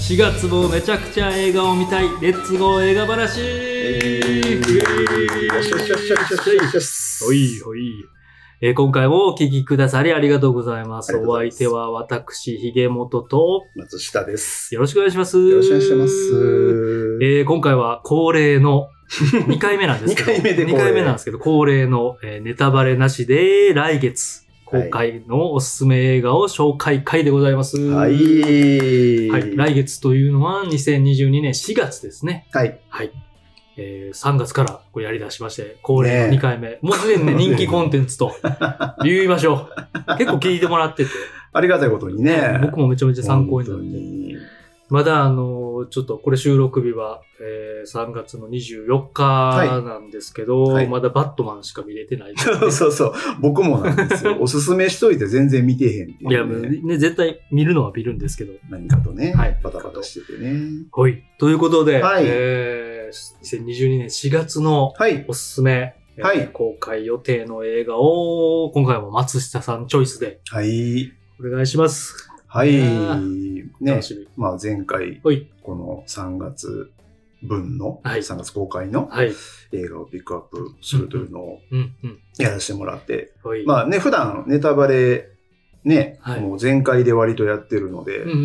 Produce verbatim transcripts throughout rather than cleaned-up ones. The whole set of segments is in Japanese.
しがつもめちゃくちゃ映画を見たいレッツゴー映画話、えー、 よしよしよしよしよしよしよし。 ほいほい。えー、今回もお聞きくださりありがとうございます。お相手は私、ひげもとと松下です。 よろしくお願いします。 よろしくお願いします。 えー、今回は恒例のにかいめなんですけど、 にかいめでにかいめなんですけど、恒例の、えー、ネタバレなしで来月公開のおすすめ映画を紹介会でございます。 はい。 はい。来月というのはにせんにじゅうにねんしがつですね。 はい。 はい。えー、さんがつからこれやり出しまして、恒例のにかいめ。ね、もうすでにね、人気コンテンツと言いましょう。結構聞いてもらってて。 ありがたいことにね。 僕もめちゃめちゃ参考になって。まだあの、ちょっとこれ収録日は、えー、さんがつのにじゅうよっかなんですけど、はいはい、まだバットマンしか見れてない、ね。 そうそうそう。僕もなんですよ。おすすめしといて全然見てへんっていう、ね。 いや、ね、絶対見るのは見るんですけど。 何かとね。 はい。 バタバタしててね。 はい。ということで、 はい、 えー、にせんにじゅうにねんしがつのおすすめ、はい、えー、公開予定の映画を、今回も松下さんチョイスで。 はい。 お願いします。 はい。ね。まあ前回、このさんがつぶんの、はい、さんがつ公開の映画をピックアップするというのをやらせてもらって。はい、まあね、普段ネタバレね、はい、もう前回で割とやってるので、うんうんうん、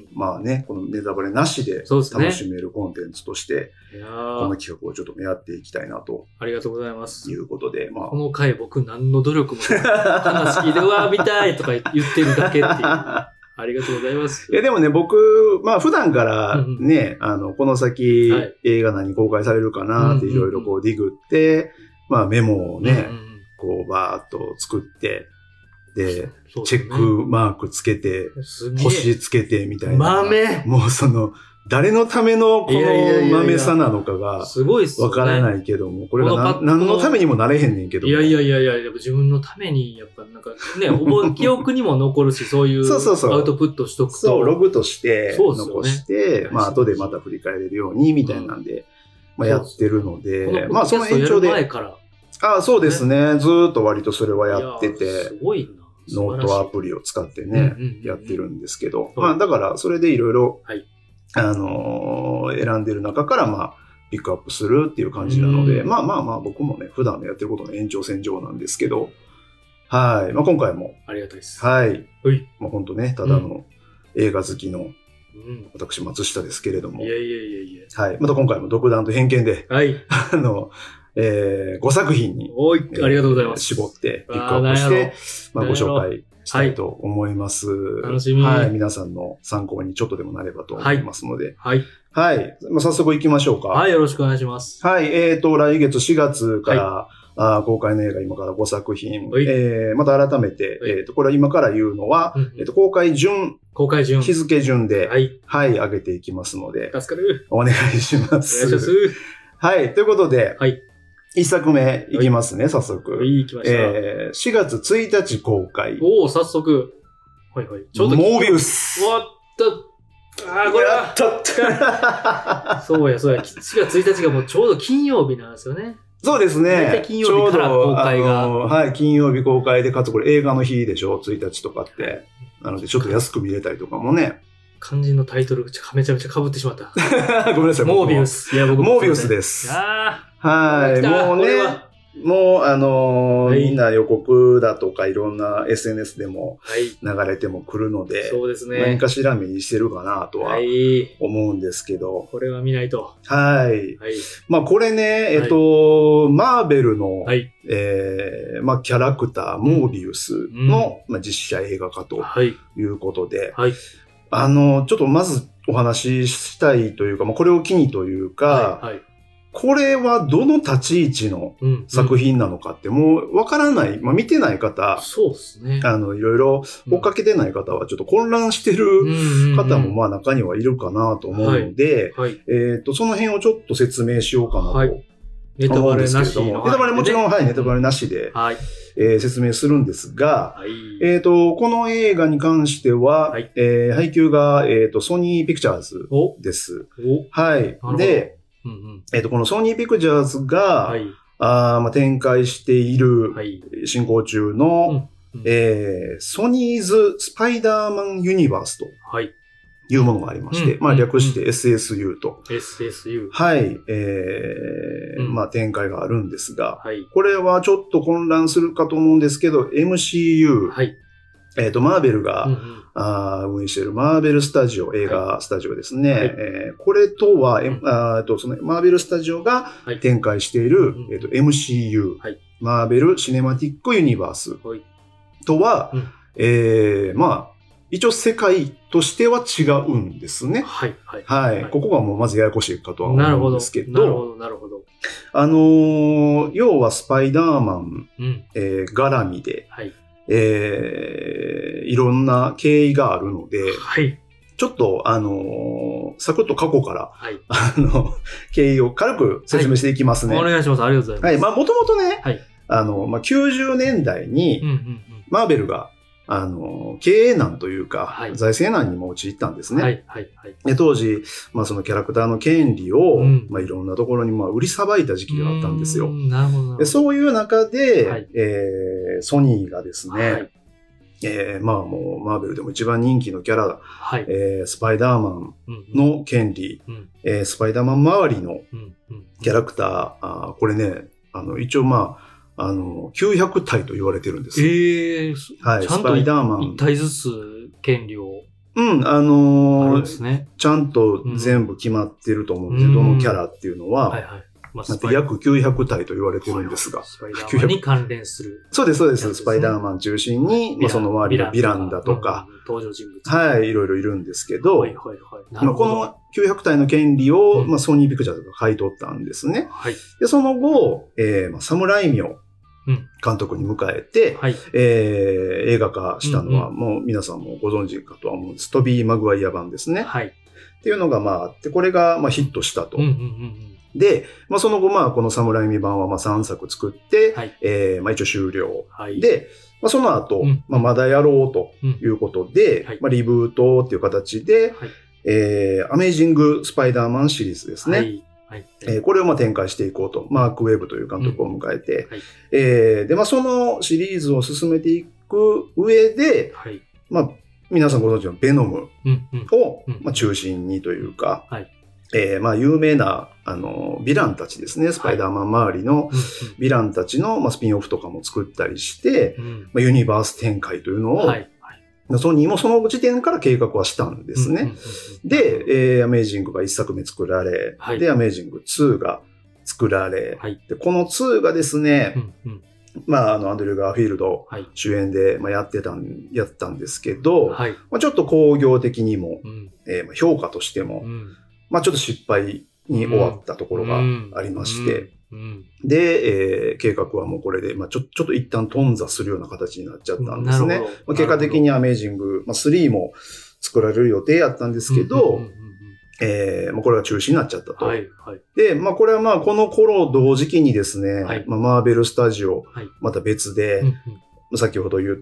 まあね、このネタバレなしで楽しめるコンテンツとして、ね、この企画をちょっとやっていきたいなと。 ありがとうございます。 いうことで、まあ。 この回僕何の努力も話聞いて、うわ、見たいとか言ってるだけっていう。ありがとうございます。 いや、でもね、僕、まあ普段からね、うんうん、あの、この先、はい、映画何公開されるかなっていろいろこうディグって、うんうんうん、まあメモをね、うんうん、こうバーっと作って、で、ね、チェックマークつけて、星つけてみたいな。 豆もうその、誰のためのこの豆さなのかが、 すごいっすね。 わからないけども、これが何のためにもなれへんねんけど。 いやいやいやいや、自分のために、やっぱなんかね、覚え、記憶にも残るし、そういうアウトプットしとくと。 そう、ログとして残して、まあ後でまた振り返れるように、みたいなんで、まあやってるので、まあその延長で。ああ、そうですね。ずーっと割とそれはやってて。 すごいな。 ノートアプリを使ってね、やってるんですけど。まあだから、それでいろいろ、あのー、選んでる中から、まあ、ピックアップするっていう感じなので、まあまあまあ、僕もね、普段のやってることの延長線上なんですけど、はい。まあ今回も。 ありがたいです。 はい。はい。まあ本当ね、ただの映画好きの、私、松下ですけれども。 いやいやいやいや。 はい。また今回も独断と偏見で、 はい。 あの、えー、ごさく品に、 おい、ありがとうございます。 絞って、ピックアップして、まあご紹介したいと思います。 楽しみ。 はい。皆さんの参考にちょっとでもなればと思いますので。 はい。 はい。まあ、早速行きましょうか。 はい。よろしくお願いします。 はい。えっと、来月しがつから、はい、あ公開の映画今からごさく品。はい、えー、また改めて、はい、えっと、これは今から言うのは、うんうん、えっと、公開順。 公開順。 日付順で、はい。はい。上げていきますので。 助かる。 お願いします。 お願いします。 はい。ということで、 はい。 一作目いきますね、はい、早速。 はい、行きました。 えー、しがつついたち公開。 おー、早速。はいはい。 ちょうどモービウス。 終わった。あー、これやったったそうや、そうや。しがつついたちがもうちょうど金曜日なんですよね。 そうですね。 大体金曜日から公開が。 はい、金曜日公開で、かつこれ映画の日でしょ、ついたちとかって。なので、ちょっと安く見れたりとかもね。 漢字のタイトルがめちゃめちゃ被ってしまった。 ごめんなさい。 モービウス。 いや、僕モービウスです。 あはい。もうね、もう、あのーはい、みんな予告だとかいろんな エスエヌエス でも流れても来るので、はい、 そうですね。 何かしら目にしてるかなとは思うんですけど。はい、 これは見ないと。 はい。はい、まあこれね、えっと、はい、マーベルの、はい、えー、まあキャラクター、モービウスの、うん、まあ、実写映画化ということで、はい、あの、ちょっとまずお話ししたいというか、まあこれを機にというか、はいはい、これはどの立ち位置の作品なのかってもうわからない、まあ見てない方、 そうですね。 あの、いろいろ追っかけてない方はちょっと混乱してる方もまあ中にはいるかなと思うので、はいはい、えっと、その辺をちょっと説明しようかなと思うんですけれども、はい、ネタバレなしの。ネタバレもちろん、はい、ネタバレなしで、はい、えー、説明するんですが、はい、えっと、この映画に関しては、はい、えー、配給が、えっと、ソニーピクチャーズです。はい。で、うんうん、えっと、このソニーピクチャーズが、はい、あまあ、展開している、はい、進行中の、うんうん、えー、ソニーズスパイダーマンユニバースというものがありまして、うん、まあ略して エスエスユー と。 エスエスユー。 はい、えー、うん、まあ展開があるんですが、 はい、 これはちょっと混乱するかと思うんですけど、エムシーユー、 はい、 えっと、マーベルが、 うんうん、 あ運営しているマーベルスタジオ、映画スタジオですね。 はい、 えー、これとは、うん、あとそのマーベルスタジオが展開している、はい、えっと、エムシーユー、 はい、 マーベル・シネマティック・ユニバースとは、 うん、 えー、まあ、一応世界としては違うんですね。 はい、はい。 はい。はい、ここがもうまずややこしいかとは思うんですけど。 なるほど、なるほど。 あのー、要はスパイダーマン、 うん、 えー、絡みで、 はい、 えー、いろんな経緯があるので、 はい。 ちょっと、あのー、サクッと過去から、 はい、 あの、経緯を軽く説明していきますね。 はい、お願いします。ありがとうございます。 はい。まあ、もともとね、 はい、 あの、まあ、きゅうじゅうねんだいに、 うんうんうん、 マーベルが、あの、経営難というか、 はい、 財政難にも陥ったんですね。 はい、はい、はい。 で当時、まあそのキャラクターの権利を、 うん、 まあいろんなところにまあ売りさばいた時期があったんですよ。 なるほど。 でそういう中で、 はい、 えー、ソニーがですね、 はい、 えー、まあもうマーベルでも一番人気のキャラ、 はい、 えー、スパイダーマンの権利、 うんうんえー、スパイダーマン周りのうんうん、 キャラクター、あこれね、あの一応まあ、あの、きゅうひゃくたいと言われてるんです。 ええー、 はい、 ちゃんとスパイダーマン。 一体ずつ権利を。 うん、あのー、 あるんですね。 ちゃんと全部決まってると思うんですよ、うん、どのキャラっていうのは。 はいはい。まあ、約きゅうひゃくたいと言われてるんですが。 スパイダーマンに関連する。 そうです、そうです。スパイダーマン中心に、まあ、その周りのヴィランだとか、 うん、登場人物。 はい、いろいろいるんですけど、 はいはいはい。 まあ、このきゅうひゃくたいの権利を、うん、まあ、ソニーピクチャーズが買い取ったんですね。 はい。 で、その後、えー、まあ、サムライミョ監督に迎えて、 はい、 えー、映画化したのは、うんうん、もう皆さんもご存知かとは思うんです。トビー・マグワイア版ですね。 はい。 っていうのがまああって、これがまあヒットしたと。 うんうんうんうんで、まあ、その後、まあ、このサムライミ版はまあさんさく作って、 はい、 えー、まあ一応終了。 はい、 で、まあ、その後、うん、まあ、まだやろうということで、うんはい、まあ、リブートっていう形で、はい、えー、アメージング・スパイダーマンシリーズですね。はいはいえー、これをまあ展開していこうと。マーク・ウェブという監督を迎えて、うんはい、えー、で、まあ、そのシリーズを進めていく上で、はい、まあ、皆さんご存知のベノムを、まあ、中心にというか、はいえー、まあ、有名な、あの、ヴィランたちですね。スパイダーマン周りのヴィランたちの、まあ、スピンオフとかも作ったりして、うんまあ、ユニバース展開というのを、はいはい、ソニーもその時点から計画はしたんですね。うんうんうんうん、で、えー、アメージングがいっさくめ作られ、はい、で、アメージングツーが作られ、はい、でこのツーがですね、うんうんまあ、あの、アンドリュー・ガーフィールド主演で、まあ、やってたん、やったんですけど、はいまあ、ちょっと興行的にも、うんえー、評価としても、うんまあちょっと失敗に終わったところがありまして、うんうんうん、で、えー、計画はもうこれで、まあちょ、ちょっと一旦頓挫するような形になっちゃったんですね。まあ、結果的にアメージング、まあ、スリーも作られる予定やったんですけど、うんうんうんうん、えー、まあこれが中止になっちゃったと。はいはい、で、まあこれはまあこの頃同時期にですね、はい、まあマーベルスタジオ、はい、また別で、うんうん先ほど言った、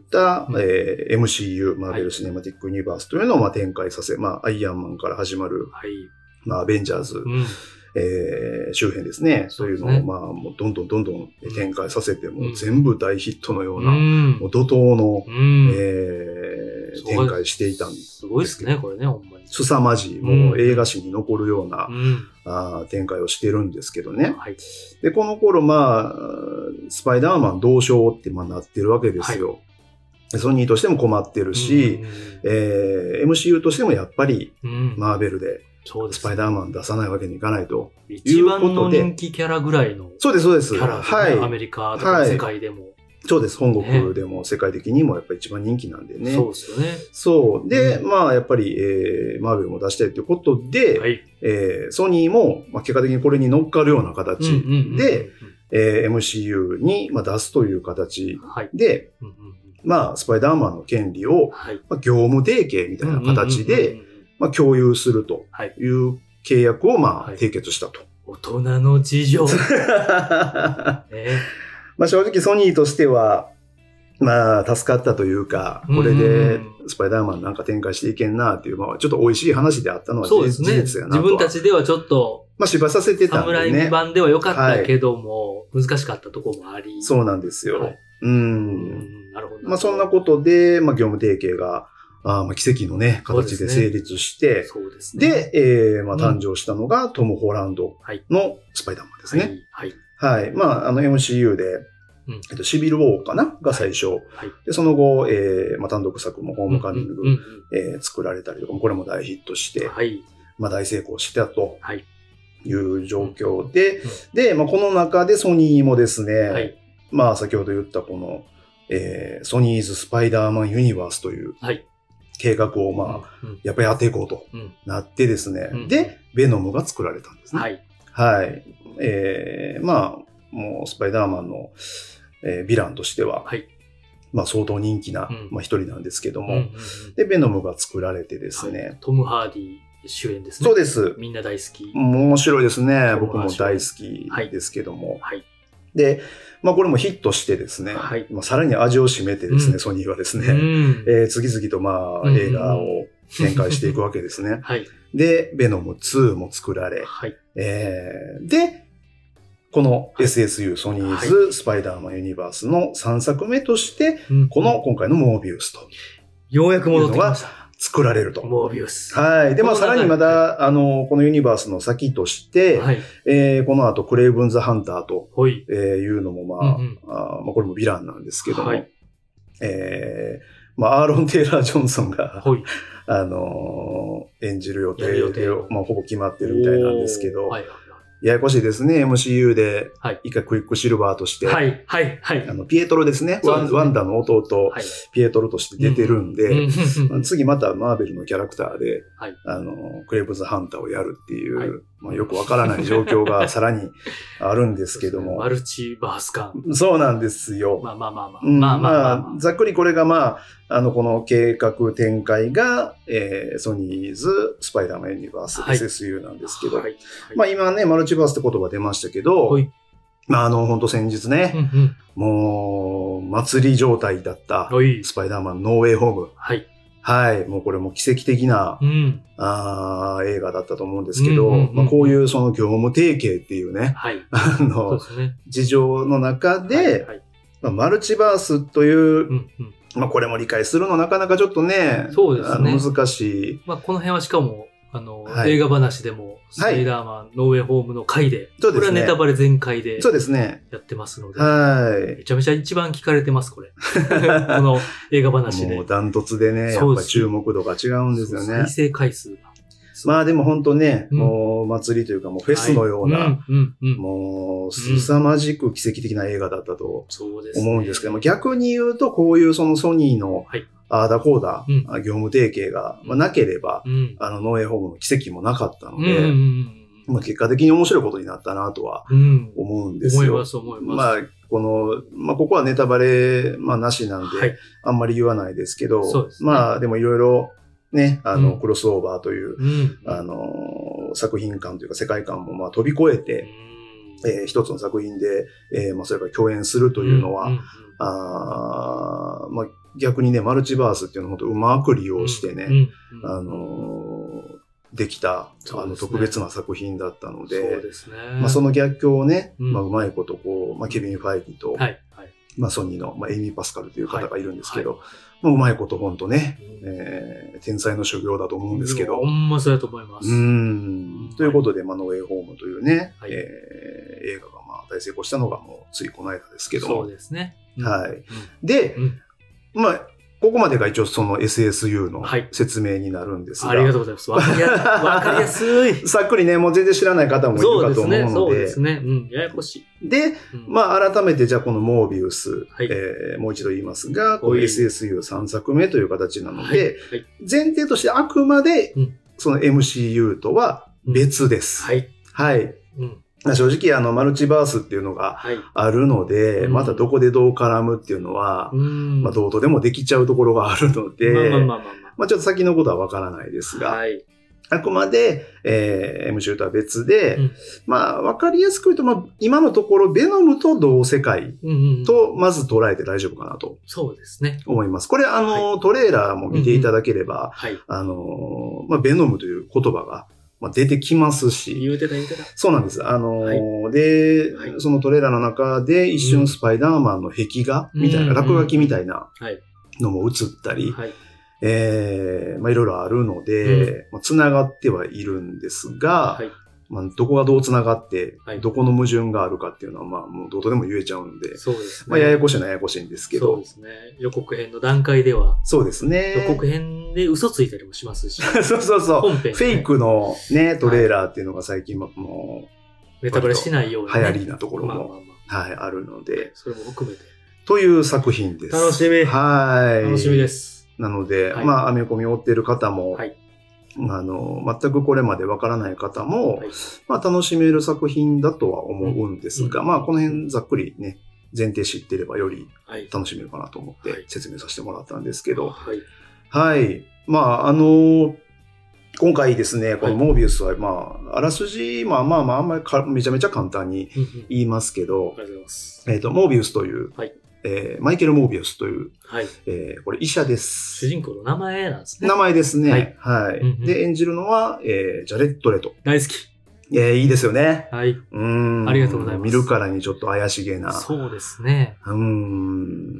うんえー、エムシーユー、マーベル・シネマティック・ユニバースというのをまあ展開させ、まあアイアンマンから始まる、はいまあ、アベンジャーズ、うんえー、周辺ですね。そういうのを、まあ、もうどんどんどんどん展開させて、うん、もう全部大ヒットのような、うん、もう怒涛の、うんえー、展開していたんです。 すごいですね、これね、ほんまに。 凄まじい、もう映画史に残るような、うん、あ展開をしてるんですけどね。はい、で、この頃、まあ、スパイダーマン同賞ってまあなってるわけですよ。はいソニーとしても困ってるし、うんえー、エムシーユー としてもやっぱり、マーベルで、スパイダーマン出さないわけにいかないということで。 一番の人気キャラぐらいの。 そうです、そうです。 キャラ、ね、はい。アメリカとか世界でも。はい、 そうです。本国でも世界的にもやっぱり一番人気なんでね。 そうですよね。 そう。で、うん、まあやっぱり、えー、マーベルも出したいということで、はいえー、ソニーも、まあ、結果的にこれに乗っかるような形で、エムシーユー に、まあ、出すという形で、はいうんうんまあ、スパイダーマンの権利を、はいまあ、業務提携みたいな形で、まあ、共有するという契約を、まあ、締結したと。はい、 大人の事情。 えまあ、正直ソニーとしては、まあ、助かったというか、これでスパイダーマンなんか展開していけんなっていう、まあ、ちょっと美味しい話であったのは事実やなと。そうですね。 自分たちではちょっと、 まあ、芝させてたんでね。 侍版では良かったけども、はい、難しかったところもあり。 そうなんですよ。はい、うん。なるほど。まあそんなことで、まあ業務提携があまあ奇跡のね、形で成立して、 そうですね。 で、えー、まあ誕生したのがトム・ホランドのスパイダーマンですね。 はい。 はい。はい、まあ、あの エムシーユー で、うん、えっと、シビル・ウォーかなが最初。はいはい、で、その後、えー、まあ単独作もホームカミング、うんうんうんえー、作られたりとかも、これも大ヒットして、はい、まあ大成功したと。はいいう状況で、うんうん、で、まあ、この中でソニーもですね、はい、まあ先ほど言ったこの、えー、ソニーズ・スパイダーマン・ユニバースという計画をまあ、うんうん、やっぱりやっていこうとなってですね、うん、で、ベノムが作られたんですね。はい。はい。えー、まあ、もうスパイダーマンの、えー、ヴィランとしては、はい、まあ相当人気な、うん、まあ一人なんですけども、うんうんうん、で、ベノムが作られてですね、はい、 トム・ハーディ主演ですね。 そうです。 みんな大好き。 面白いですね。僕も大好きですけども。はい。で、まあこれもヒットしてですね。はい。まあさらに味を占めてですね、うん、ソニーはですね。うん、えー、次々とまあ映画を展開していくわけですね。はい。で、ベノムツーも作られ。はい。えー、で、この エスエスユー、はい、ソニーズ、はい、スパイダーマンユニバースのさんさくめとして、うん、この今回のモービウスと。 ようやく戻ってきました。 作られると。 モービウス。 はい。で、まあ、さらにまだ、はい、あの、このユニバースの先として、はい、えー、この後、クレイブンズ・ハンターと、はい、えー、いうのも、まあ、うんうん、あまあ、これもヴィランなんですけども、はい、えー、まあ、アーロン・テイラー・ジョンソンが、はい、あのー、演じる予定で、まあ、ほぼ決まってるみたいなんですけど、はいややこしいですね。エムシーユー で、一回クイックシルバーとして、はい、はい、はい。あの、ピエトロですね。ワン、ワンダの弟、はい、ピエトロとして出てるんで、うん、次またマーベルのキャラクターで、はい、あの、クレイブズハンターをやるっていう、はい、まあ、よくわからない状況がさらにあるんですけども。 マルチバース感。 そうなんですよ。 まあまあまあまあ。 うん、まあまあ、まあ、ざっくりこれがまあ、あの、この計画展開が、えー、ソニーズ、スパイダーマンユニバース、はい、エスエスユー なんですけど、はいはい、まあ今ね、マルチバースって言葉出ましたけど、はい、まああの、本当先日ね、うんうん、もう、祭り状態だった、スパイダーマンノーウェイホーム。はい。はい。もうこれも奇跡的な、うん、あ映画だったと思うんですけど、うんうんうんまあ、こういうその業務提携っていうね、はい、あの、ね、事情の中で、はいはいまあ、マルチバースという、うんうんまあこれも理解するのなかなかちょっとね、そうですね。あの難しい。 まあこの辺はしかも、あの、はい、映画話でも、スパイダーマン、はい、ノーウェイホームの回で、そうですね。これはネタバレ全開で、そうですね。やってますので、はい。めちゃめちゃ一番聞かれてます、これ。この映画話で。 もうダントツでね、やっぱ注目度が違うんですよね。 再生回数が。 まあでも本当ね、うん、もう祭りというかもうフェスのような、はいうんうんうん、もう凄まじく奇跡的な映画だったと思うんですけども、うんね、逆に言うとこういうそのソニーの、はい、あーだこうだ、うん、業務提携が、まあ、なければ、うん、あのノーウェイホームの奇跡もなかったので、うんうんうんまあ、結果的に面白いことになったなとは思うんですよ。うん、思います思います。まあこの、まあ、ここはネタバレ、まあ、なしなんで、はい、あんまり言わないですけど、そうですね、まあ、でもいろいろ、ね、あの、うん、クロスオーバーという、うん、あの、作品観というか世界観もまあ飛び越えて、うんえー、一つの作品で、えー、まあそれから共演するというのは、うんうんうん、あまあ逆にね、マルチバースっていうのを本当うまく利用してね、うんうんうん、あのー、できた、あの特別な作品だったので、そうですね。まあその逆境をね、うん、まあうまいことこう、まあケビン・ファイギと、はいはい、まあソニーの、まあ、エイミー・パスカルという方がいるんですけど、はいはいもううまいことほんとね、うんえー、天才の修行だと思うんですけど。 ほんまそうだと思います。 うん。ということで、まあ、ノーウェイホームというね、はい、えー、映画がまあ大成功したのがもうついこの間ですけど。 そうですね。 うん、はい。うん、で、うん、まあ、ここまでが一応その エスエスユー の説明になるんですが。 はい、ありがとうございます。わかりや、わかりやすい。 さっくりね、もう全然知らない方もいるかと思うので。 そうですね。そうですね。うん。ややこしい。で、うん、まあ改めてじゃあこのモービウス、はいえー、もう一度言いますが、この エスエスユーさん 作目という形なので、はいはい、前提としてあくまで、その エムシーユー とは別です。うん、はい。はい。うん正直、あの、マルチバースっていうのがあるので、はい、またどこでどう絡むっていうのは、うん、まあ、どうとでもできちゃうところがあるので、まあまあまあまあ、まあ、ちょっと先のことはわからないですが、はい、あくまで、えー、エムシーユー とは別で、うん、まあ、わかりやすく言うと、まあ、今のところ、ベノムと同世界と、まず捉えて大丈夫かなと。 そうですね。 思います。これ、あの、はい、トレーラーも見ていただければ、うんうんはい、あの、まあ、ベノムという言葉が、まあ、出てきますし。 言うてた言うてた。 そうなんです。あのーはい、で、はい、そのトレーラーの中で一瞬スパイダーマンの壁画みたいな、うん、落書きみたいなのも映ったり、はいえー、まあいろいろあるので、うん、まあ、繋がってはいるんですが、はい、まあ、どこがどう繋がって、はい、どこの矛盾があるかっていうのは、まあ、もうどうとでも言えちゃうんで、 そうですね。 まあ、ややこしいのはややこしいんですけど。 そうですね。予告編の段階では。 そうですね。 予告編で嘘ついたりもしますし。 そうそうそう。本編、ね。フェイクのね、トレーラーっていうのが最近も、もう、ネタバレしないように、 ね。流行りなところも、まあまあまあ、はい、あるので。 それも含めて。 という作品です。 楽しみ。 はい。 楽しみです。 なので、はい、まあ、アメコミを追っている方も、はい、あの、全くこれまでわからない方も、はい、まあ、楽しめる作品だとは思うんですが、うん、まあ、この辺ざっくりね、前提知ってればより楽しめるかなと思って説明させてもらったんですけど、はい。はい。まあ、あの、今回ですね、このモービウスは、まあ、あらすじ、まあまあまあ、あんまりかめちゃめちゃ簡単に言いますけど、 ありがとうございます。 えっと、モービウスという、はい、えー、マイケル・モービウスという、 はい、 えー、これ医者です。 主人公の名前なんですね。 名前ですね。はい。はい、うんうん。で、演じるのは、えー、ジャレット・レト。 大好き。 えー、いいですよね。 はい。 うん。 ありがとうございます。 見るからにちょっと怪しげな。 そうですね。 うん。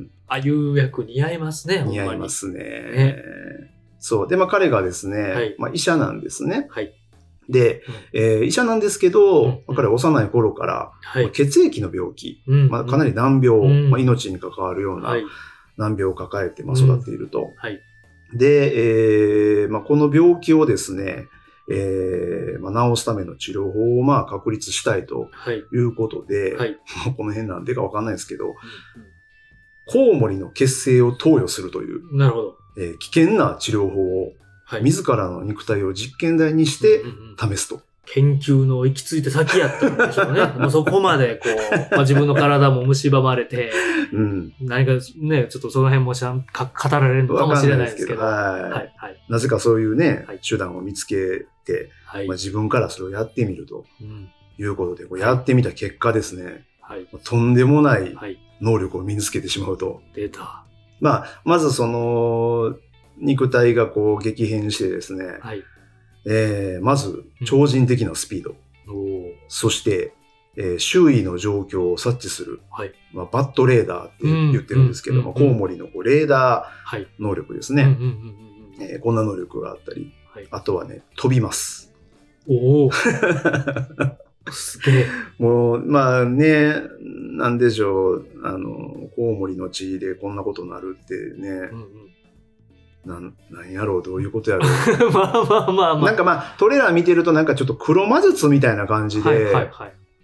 ああいう役似合いますね、 似合いますね。ね、そう。で、まあ彼がですね、はい、まあ医者なんですね。 はい。 で、うん、えー、医者なんですけど、うんうん、彼は幼い頃から、はい、血液の病気、うんうん、まあ、かなり難病、うんまあ、命に関わるような難病を抱えて、まあ、育っていると。 うんはい、 で、えーまあ、この病気をですね、えーまあ、治すための治療法をまあ確立したいということで、はい、この辺なんでかわかんないですけど、うんうん、コウモリの血清を投与するという、 なるほど、 えー、危険な治療法をはい、自らの肉体を実験台にして試すと。うんうんうん、研究の行き着いて先やったんでしょうね。もうそこまでこう、まあ、自分の体も蝕まれて、うん、何かね、ちょっとその辺もしゃんか語られるのかもしれないですけど。 はい、はいはい、なぜかそういうね、はい、手段を見つけて、はいまあ、自分からそれをやってみるということで、こうやってみた結果ですね、はい、とんでもない能力を身につけてしまうと。 出た。 まあ、まずその、肉体がこう激変してですね、はいえー、まず超人的なスピード、うん、そして、えー、周囲の状況を察知する、はいまあ、バッドレーダーって言ってるんですけども、コウモリのこうレーダー能力ですね、こんな能力があったり、はい、あとはね飛びます。 おおすげえ。 もうまあねなんでしょうあのコウモリの血でこんなことになるってね、うんうんなん、なんやろう、どういうことやろう。 まあまあまあまあ。 なんかまあ、トレーラー見てるとなんかちょっと黒魔術みたいな感じで、はいはいはい、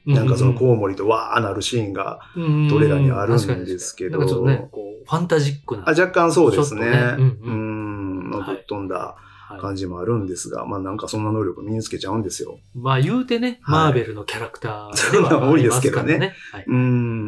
なんかそのコウモリとわーなるシーンがトレーラーにあるんですけど。 なんかちょっとね、こう、ファンタジックな。 あ、若干そうですね。ねうん、うん。 うん、 ぶっ飛んだ感じもあるんですが、はい、まあなんかそんな能力身につけちゃうんですよ。 まあ言うてね、はい、マーベルのキャラクターではありますからね。多いですけどね。はい、 うん、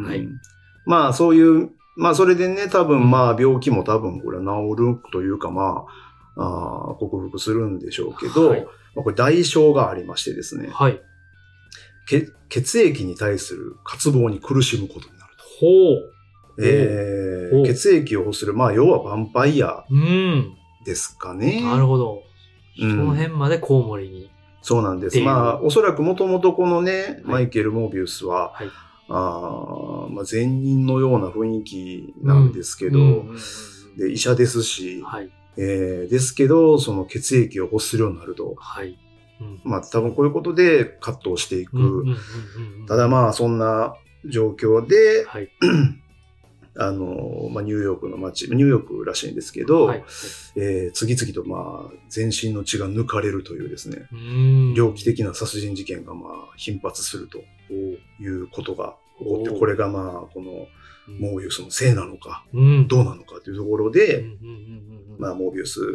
はい。まあそういう、まあそれでね、多分まあ病気も多分これは治るというかまあ、あ克服するんでしょうけど、はいまあ、これ代償がありましてですね、はい、血液に対する渇望に苦しむことになると。 ほう。えー、血液を欲する、まあ要はヴァンパイアですかね。 うん、なるほど。その辺までコウモリに。 そうなんです。まあおそらくもともとこのね、はい、マイケル・モービウスは、はいあまあ、善人のような雰囲気なんですけど、うんうんうんうん、で医者ですし、はいえー、ですけど、その血液を欲するようになると。はいうん、まあ多分こういうことで葛藤していく。うんうんうんうん、ただまあそんな状況で、はい、あの、まあニューヨークの街、ニューヨークらしいんですけど、はいえー、次々とまあ全身の血が抜かれるというですね、うん猟奇的な殺人事件がまあ頻発するということが起こって、これがまあこのモービウスのせいなのか、うん、どうなのかというところで、うんうんうんうん、まあ、モービウス、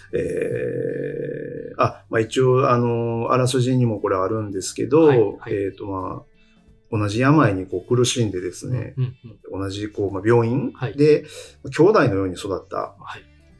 えー、あ、まあ一応、あの、あらすじにもこれあるんですけど、はいはい、えっと、まあ、同じ病にこう苦しんでですね、うんうん、同じこう、まあ、病院で、はい、兄弟のように育った、はい、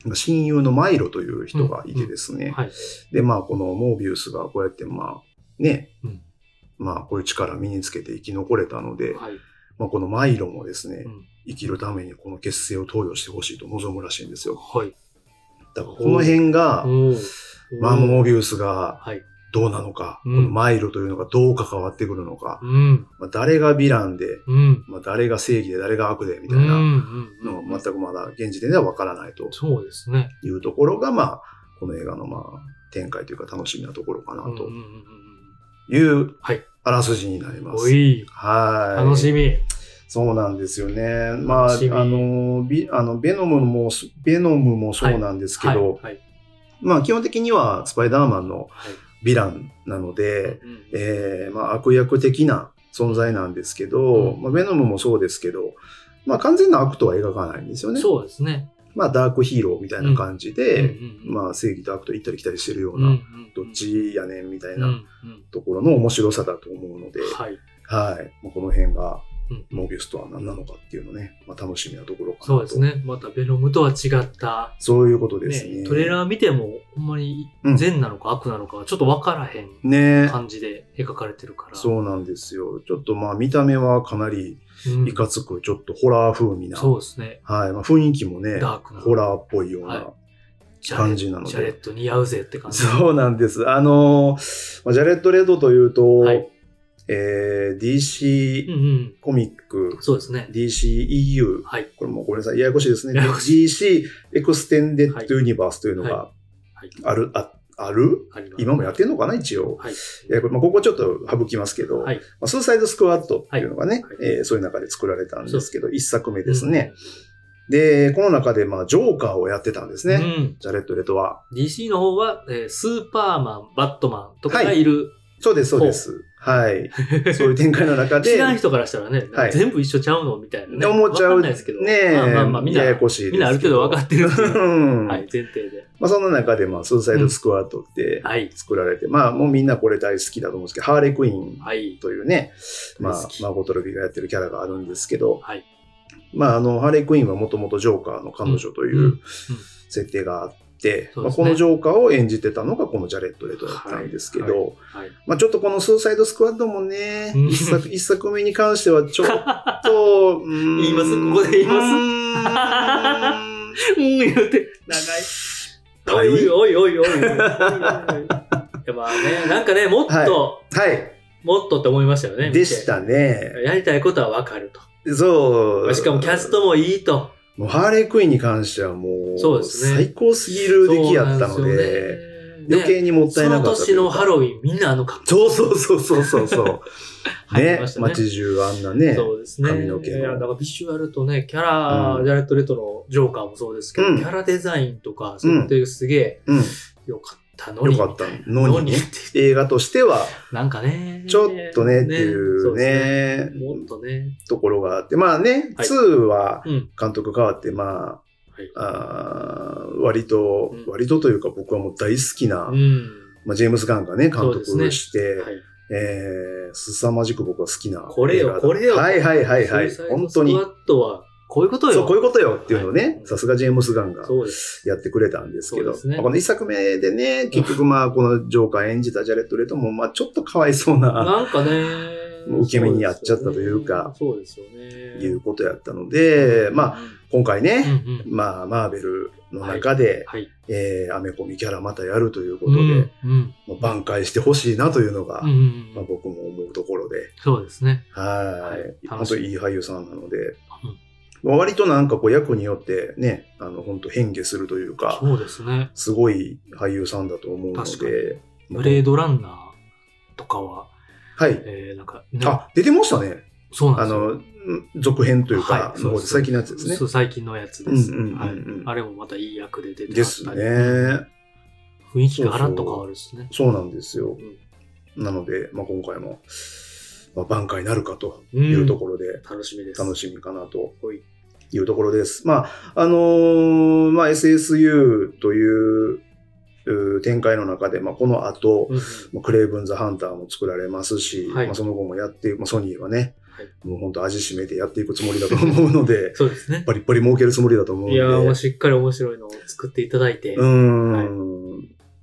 親友のマイロという人がいてですね、うんうんはい、で、まあ、このモービウスがこうやって、まあ、ね、うん、まあ、こういう力身につけて生き残れたので、はいまあ、このマイロもですね、うん、生きるためにこの血清を投与してほしいと望むらしいんですよ。はい。だからこの辺が、まあ、モービウスがどうなのか、うん、このマイルというのがどう関わってくるのか、うん、まあ、誰がヴィランで、うん、まあ、誰が正義で誰が悪でみたいなのが全くまだ現時点ではわからないと。 そうですね。 いうところが、まあ、この映画のまあ、展開というか楽しみなところかなという、あらすじになります。 はい。楽しみ。 そうなんですよね。まあ、あの、ビ、あの、ベノムも、ベノムもそうなんですけど、はいはいはい、まあ、基本的にはスパイダーマンのヴィランなので、はい、えー、まあ、悪役的な存在なんですけど、うん、まあ、ベノムもそうですけど、まあ、完全な悪とは描かないんですよね。 そうですね。 まあ、ダークヒーローみたいな感じで、うんうんうん、まあ、正義と悪と行ったり来たりしてるような、うんうん、どっちやねんみたいなところの面白さだと思うので、はい。はい。この辺が、モービウスとは何なのかっていうのね、まあ、楽しみなところかなと。 そうですね。またベノムとは違った。 そういうことですね。 ね、トレーラー見ても、ほんまに善なのか悪なのかはちょっとわからへん感じで描かれてるから、ね。 そうなんですよ。ちょっとまあ見た目はかなりいかつく、ちょっとホラー風味な。 そうですね。 はい。まあ、雰囲気もね、ダークなホラーっぽいような感じなので。 ジャレット似合うぜって感じ。 そうなんです。あのー、ジャレット・レッドというと、はい、えー、ディーシー コミック、 うんうん、そうですね。 ディーシー イーユー、はい、これもごめんなさい、ややこしいですね。ディーシー エクステンデッドユニバースというのがある、あ、ある今もやってんのかな一応。はい、えーこれまあ、ここちょっと省きますけど、はい、まあ、スーサイドスクワットっていうのがね、はいえー、そういう中で作られたんですけど、一作目ですね。うん、で、この中でまあジョーカーをやってたんですね。うん、ジャレット・レトは。 ディーシー の方は、えー、スーパーマン、バットマンとかがいる、はい。 そうです、そうです。はい。そういう展開の中で。 知らん人からしたらね、はい、全部一緒ちゃうのみたいなね。 思っちゃう。 わかんないですけど。 ねえ。 まあまあまあ、みんな、 ややこしいですみんなある程度分かってるっていう。うん、はい、前提で。 まあその中で、まあ、スーサイドスクワットって作られて、うん、まあもうみんなこれ大好きだと思うんですけど、ハーレクイーンというね、はい、まあ、マーゴトロビーがやってるキャラがあるんですけど、はい、まああの、ハーレクイーンはもともとジョーカーの彼女という設定があって、でまあ、このジョーカーを演じてたのがこのジャレット・レトだったんですけど、はいはいはい、まあちょっとこのスーサイドスクワッドもね、一作、一作目に関してはちょっと、 言いますここで言いますうん、言うて、長い。おいおいおいおいおい。まあね、なんかね、もっと、はい、はい、もっとって思いましたよね。 でしたね。 やりたいことはわかると。 そう。 しかもキャストもいいと。 もうハーレークイーンに関してはもう、そうですね。最高すぎる出来やったので、余計にもったいなかった。 その年のハロウィンみんなあの格好。そうそうそうそうそう。ね、街中あんなね、 そうですね。 髪の毛の。 いや、だからビジュアルとね、キャラ、うん、ジャレット・レトのジョーカーもそうですけど、うん、キャラデザインとか、それってすげえ、よかったのに。 よかったのに。映画としては、 なんかね、 ちょっとね、っていうね、 もっとね、 ところがあって、まあね、ツーは監督変わって、まあ、あ割と、割とというか僕はもう大好きな、まあ、ジェームス・ガンがね、監督して、えー、凄まじく僕は好きな。 これよ、これよ。 はいはいはいはい。本当に。 スクワットは、こういうことよ。 そう、こういうことよっていうのをね、さすがジェームス・ガンがやってくれたんですけど、まあ、この一作目でね、結局まあ、このジョーカー演じたジャレット・レトも、まあ、ちょっとかわいそうな、 なんかね、 受け身にやっちゃったというか、 そうですよね。 いうことやったので、まあ、今回ね、まあ、マーベルの中で、えー、アメコミキャラまたやるということで、うんうん、挽回してほしいなというのが、うんうん、まあ、僕も思うところで。 そうですね。 はい。本当にいい俳優さんなので、うん、割となんかこう役によってね、あの、本当変化するというか、 そうですね。 すごい俳優さんだと思うので。 ブレードランナーとかは、 はい。 えー、なんか、 あ、出てましたね。 そうなんですよ。 あの、続編というか、はい、そう最近のやつですね。 そう、最近のやつです。あれもまたいい役で出てですね。 雰囲気がガラッと変わるですね。 そうなんですよ。うん、なので、まあ、今回も、まあ、挽回なるかというところで、うん、 楽しみです。 楽しみかなというところです。まあ、あのー、まあ、エスエスユー という展開の中で、まあ、この後、うん、クレイブン・ザ・ハンターも作られますし、はい、まあ、その後もやって、まあ、ソニーはね、はい、もう本当味しめてやっていくつもりだと思うので、 そうですね。 バリッバリ儲けるつもりだと思うので。 いやー、しっかり面白いのを作っていただいて。 うん、はい。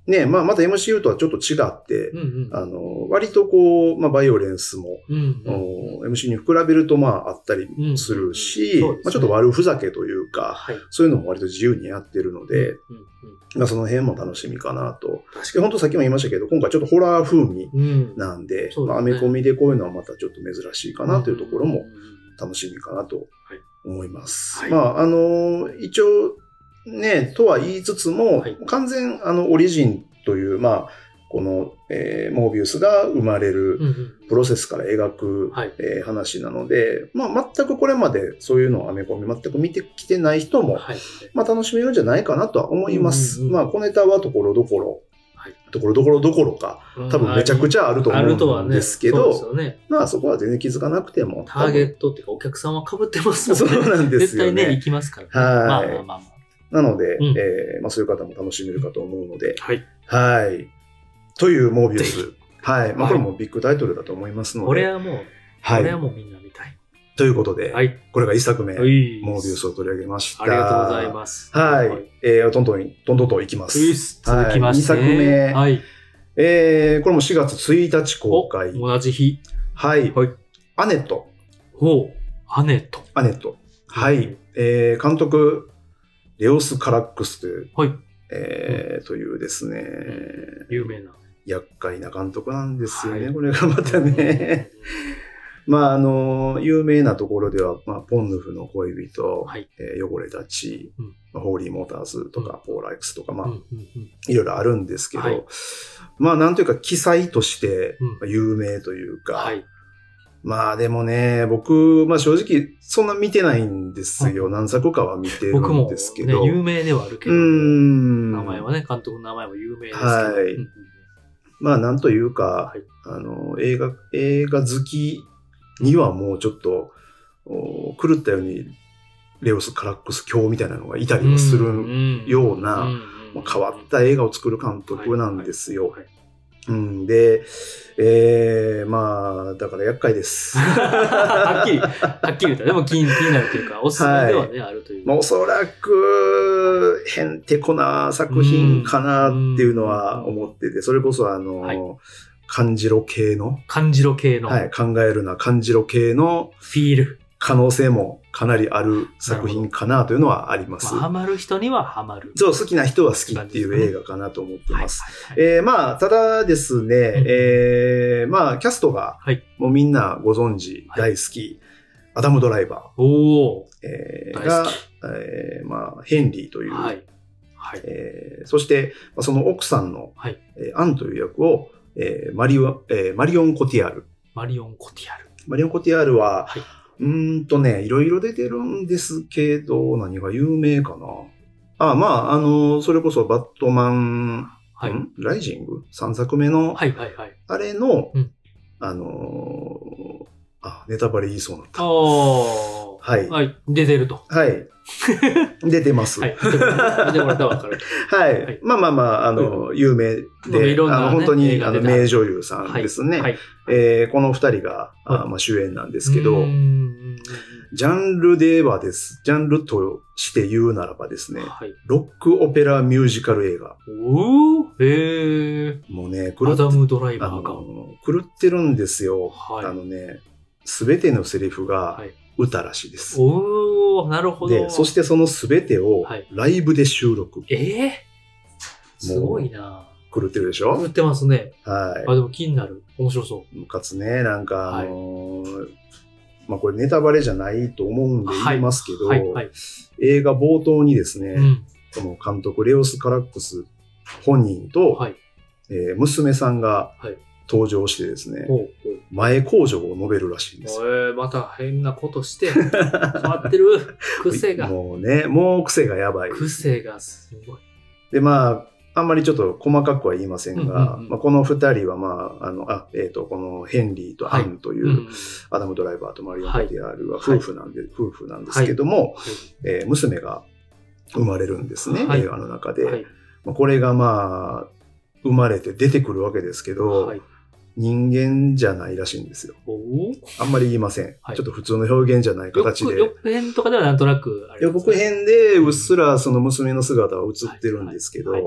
ね、まあ、また エムシーユー とはちょっと違って、うんうん、あの、割とこう、まあ、バイオレンスも、うんうんうん、エムシーユー に比べると、まあ、あったりするし、うんうんね、まあ、ちょっと悪ふざけというか、はい、そういうのも割と自由にやってるので、うんうんうんまあ、その辺も楽しみかなと。確かに本当さっきも言いましたけど、今回ちょっとホラー風味なんで、うんまあ、アメコミでこういうのはまたちょっと珍しいかなというところも楽しみかなと思います。はい、まあ、あの、一応、ね、とは言いつつも、はい、完全、あの、オリジンという、まあ、この、えー、モービウスが生まれるプロセスから描く、うんうんはいえー、話なので、まあ、全くこれまでそういうのをアメコミ全く見てきてない人も、はい、まあ、楽しめるんじゃないかなとは思います。うんうんうん、まあ、小ネタはところどころ、はい、ところどころどころか、多分めちゃくちゃあると思うんですけど、うんねね、まあ、そこは全然気づかなくても。 ターゲットっていうか、お客さんは被ってますもんね。 そうなんですよね。 絶対ね、行きますから、 ね。はい。 まあまあまあまあ。 なので、うんえーまあ、そういう方も楽しめるかと思うので、 はい。 はい。というモービウス。はい。まあ、これもビッグタイトルだと思いますので。 これはもう、はい、これはもうみんな見たい。 ということで、はい、これが一作目、モービウスを取り上げました。 ありがとうございます。 はい。はい、えー、どんどん、どんどんといきます。 続きまして、ね。 にさくめ。 はい。 えー、これもしがつついたち公開。 同じ日。 はい。はい。アネット。 ほう。アネット。 アネット。はい。えー、監督、レオス・カラックスという、はい。えー、うん、というですね、 有名な。 厄介な監督なんですよね、はい、これがまたね。まあ、あの、有名なところでは、まあ、ポンヌフの恋人、はい、えー、汚れた血、うんまあ、ホーリー・モーターズとか、うん、ポーライクスとか、まあ、うんうんうん、いろいろあるんですけど、はい、まあ、なんというか、記載として有名というか、うんはい、まあでもね、僕、まあ正直、そんな見てないんですよ。何作かは見てるんですけど。 僕も、ね、有名ではあるけど、うん名前はね、監督の名前も有名ですけど。はい。うん、 まあなんというか、はい、あの、映画、映画好きにはもうちょっと、狂ったように、レオス・カラックス教みたいなのがいたりもするような、変わった映画を作る監督なんですよ。はいはいはいうん、で、ええー、まあ、だから厄介です。 はっきり、はっきり言った。でも気になるというか、おすすめではね、はい、あるという。 まあ、おそらく、へんてこな作品かなっていうのは思ってて、それこそあの、はい、漢字路系の。 漢字路系の。 はい、考えるな漢字路系の。 フィール。 可能性もかなりある作品かなというのはあります。 まあ、ハマる人にはハマる。 そう、好きな人は好きっていう映画かなと思ってます。はいはいはい、えー、まあ、ただですね、うん、えー、まあ、キャストが、もうみんなご存知、はい、大好き、アダム・ドライバー。 おー。 えー、が、えー、まあ、ヘンリーという。はいはいえー、そして、その奥さんの、はいえー、アンという役を、えーマリオえー、マリオン・コティアル。 マリオン・コティアル。 マリオン・コティアルは、はいうーんとね、いろいろ出てるんですけど、何が有名かな。あ、まあ、あの、それこそバットマン、はい、んライジング ?さん 作目の、 はいはいはい。 あれの、うん、あのー、あ、ネタバレ言いそうになった。 ああ。はい。はい。出てると。 はい。出てます。 はい。出てもらったらわかる。 はい。はい、まあまあまあ、あの、うん、有名で、いろんな、ね、あの本当にあの名女優さんですね。はいはいえー、この二人が、はいあまあ、主演なんですけど、ジャンルではです。ジャンルとして言うならばですね、はい、ロックオペラミュージカル映画。 おーへー。 もうね、 アダムドライバーが。 狂ってるんですよ。はい、あのね、すべてのセリフが歌らしいです。 はい、おー、なるほど。 で、そしてそのすべてをライブで収録。 はい、えー、すごいな。 狂ってるでしょ？ 狂ってますね。 はい。 あ、でも気になる。面白そう。 かつね、なんかあのーはい、まあこれネタバレじゃないと思うんで言いますけど、はいはいはい、映画冒頭にですね、うん、この監督レオス・カラックス本人と、はいえー、娘さんが登場してですね、はい、前工場を述べるらしいんですよ。 えー、また変なことして変わってる癖が。 もうね、もう癖がやばい。 癖がすごい。 で、まあ、あんまりちょっと細かくは言いませんが、うんうんうんまあ、この二人はまあ、あの、あ、えっ、ー、と、このヘンリーとアンという、はいうん、アダム・ドライバーとマリオン・コティアールは夫婦なんで、はい、夫婦なんですけども、はいえー、娘が生まれるんですね、はい、映画の中で。はいまあ、これがまあ、生まれて出てくるわけですけど、はい、人間じゃないらしいんですよ。あんまり言いません、はい。ちょっと普通の表現じゃない形で。 予告編とかではなんとなくあれですかね。予告編でうっすらその娘の姿は映ってるんですけど、はいはいはい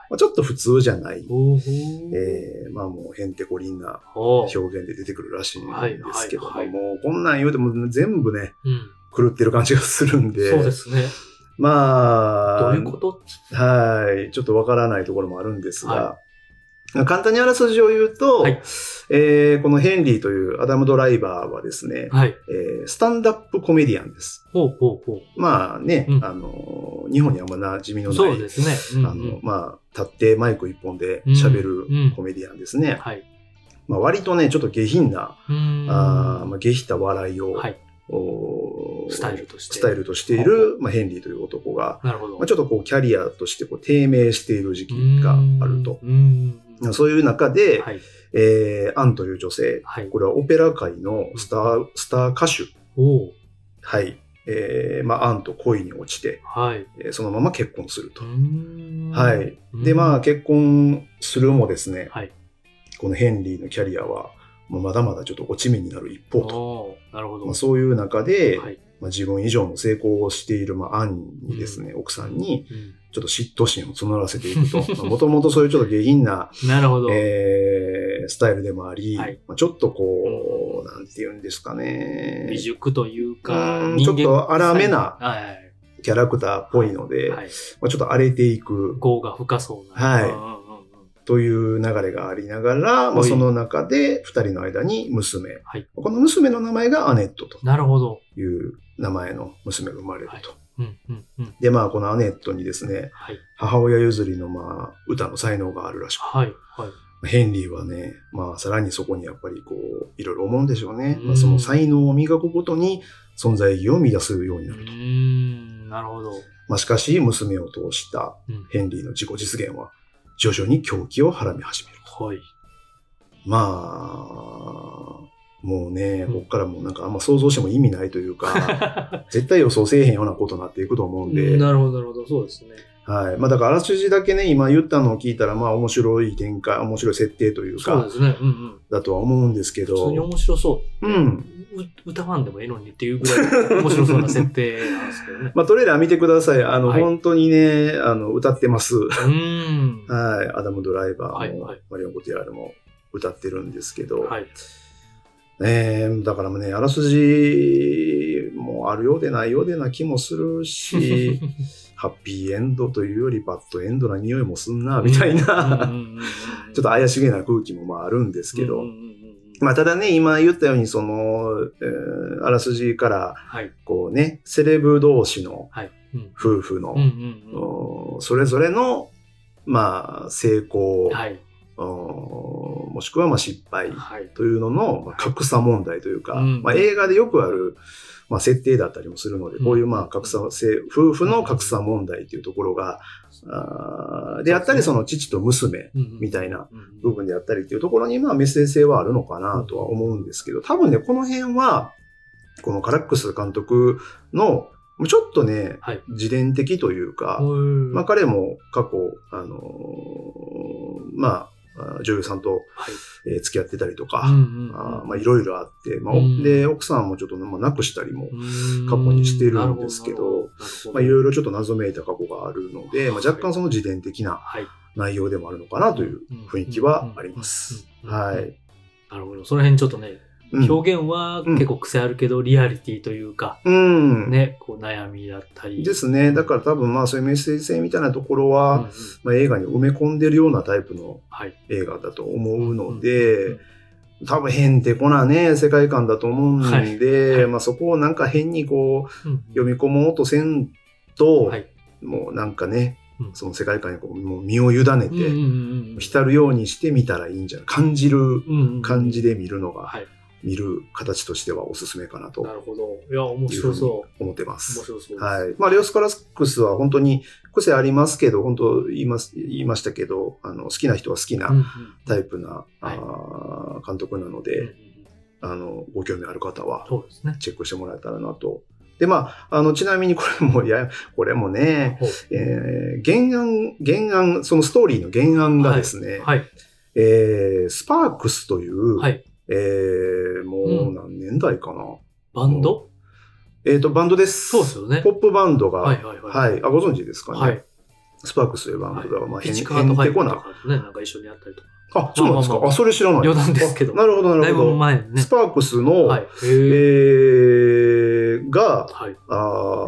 まあ、ちょっと普通じゃない、えー、まあもうへんてこりんな表現で出てくるらしいんですけども、はいはいはい、もうこんなん言うても全部ね、うん、狂ってる感じがするんで。 そうですね。 まあ、 どういうこと？ はい。ちょっとわからないところもあるんですが、はい、簡単にあらすじを言うと、はい、えー、このヘンリーというアダム・ドライバーはですね、はい、えー、スタンダップコメディアンです。 ほうほうほう。 まあね、うん、あの、日本にあんま馴染みのない、 そうですね。うんうん、 あの、まあ、立ってマイク一本で喋るコメディアンですね。うんうん、はい。まあ、割とね、ちょっと下品な、あまあ、下品な笑いを、はい、 スタイルとして。 スタイルとしている、まあ、ヘンリーという男が、なるほど。まあ、ちょっとこう、キャリアとしてこう低迷している時期があると。うんそういう中で、はい、えー、アンという女性、はい、これはオペラ界のスター、スター歌手。おはい。えー、まあ、アンと恋に落ちて、はい、えー、そのまま結婚すると。はい。で、まあ、結婚するもですね、はい、このヘンリーのキャリアは、まだまだちょっと落ち目になる一方と。なるほど。まあ、そういう中で、はい、まあ、自分以上の成功をしている、まあ、アンにですね、うん、奥さんに、うんちょっと嫉妬心を募らせていくと。もともとそういうちょっと下品な、なるほど。えー、スタイルでもあり、はい、まあ、ちょっとこう、うん、なんて言うんですかね。 未熟というか、 うんちょっと荒めなキャラクターっぽいので、はいはいまあ、ちょっと荒れていく。 業が深そうな。 はい。という流れがありながら、まあ、その中で二人の間に娘。はい、この娘の名前がアネットと。なるほど。いう名前の娘が生まれると。はいうんうんうん、で、まあ、このアネットにですね、はい、母親譲りの、まあ、歌の才能があるらしく、はいはい、ヘンリーはね、まあ、さらにそこにやっぱりこう、いろいろ思うんでしょうね。まあ、その才能を磨くことに存在意義を見出すようになると。うーんなるほど。まあ、しかし、娘を通したヘンリーの自己実現は、徐々に狂気をはらみ始める。はい。まあ、もうね、こっからもうなんかあんま想像しても意味ないというか、絶対予想せえへんようなことになっていくと思うんで。 なるほど、なるほど、そうですね。 はい。まあだからあらすじだけね、今言ったのを聞いたら、まあ面白い展開、面白い設定というか、そうですね。うんうん。だとは思うんですけど。 普通に面白そう。うん。歌ファンでもええのにっていうぐらい面白そうな設定なんですけどね。 まあトレーラー見てください。あの、はい、本当にね、あの、歌ってます。うん。はい。アダム・ドライバーも、はいはい、マリオン・コティアールも歌ってるんですけど、はい。えー、だからもね、あらすじもあるようでないようでな気もするし、ハッピーエンドというよりバッドエンドな匂いもすんな、みたいな、ちょっと怪しげな空気もまああるんですけど、まあただね、今言ったようにその、えー、あらすじから、こうね、セレブ同士の夫婦の、それぞれの、まあ成功、はいもしくはまあ失敗というののまあ格差問題というか、はいまあ、映画でよくあるまあ設定だったりもするので、こういうまあ格差、夫婦の格差問題というところが、あであったり、その父と娘みたいな部分であったりというところにまあメッセージ性はあるのかなとは思うんですけど、多分ね、この辺は、このカラックス監督のちょっとね、はい、自伝的というか、まあ彼も過去、あのー、まあ、女優さんと、はいえー、付き合ってたりとか、うんうんうん、あまあいろいろあって、まあ、うん、で、奥さんもちょっと、まあ、亡くしたりも過去にしてるんですけど、まあいろいろちょっと謎めいた過去があるので、まあ、若干その自伝的な内容でもあるのかなという雰囲気はあります。はい。 なるほど。その辺ちょっとね、表現は結構癖あるけど、うん、リアリティというか、うん、ね、こう悩みだったり。 ですね。だから多分まあそういうメッセージ性みたいなところは、うんうんまあ、映画に埋め込んでるようなタイプの映画だと思うので、多分変てこなね、世界観だと思うんで、はいはい、まあそこをなんか変にこう、うんうん、読み込もうとせんと、はい、もうなんかね、その世界観にこうもう身を委ねて、うんうんうん、浸るようにしてみたらいいんじゃない感じる感じで見るのが、はい見る形としてはおすすめかなと。なるほど。いや、面白そう。思ってます。面白そうです。はい。まあ、レオスカラスクスは本当に癖ありますけど、本当言います、言いましたけど、あの、好きな人は好きなタイプな、うんうんあ監督なので、うんうん、あの、ご興味ある方は、そうですね。チェックしてもらえたらなと。で、まあ、あの、ちなみにこれも、いや、これもね、えー、原案、原案、そのストーリーの原案がですね、はいはい、えー、スパークスという、はいえー、もう何年代かな。うん、 バンドえっ、ー、と、バンドです。 そうですよね。 ポップバンドが。はいはいはい。はい。あ、ご存知ですかね。はい。 スパークスというバンドが、まあ、 ピチカートファイブとかね、なんか一緒にやったりとか。 あ、そうなんですか。あ、それ知らない。 余談ですけど。 なるほど、なるほど。 だいぶ前ね。 スパークスの、 はい、 えー、が、 はい、 あ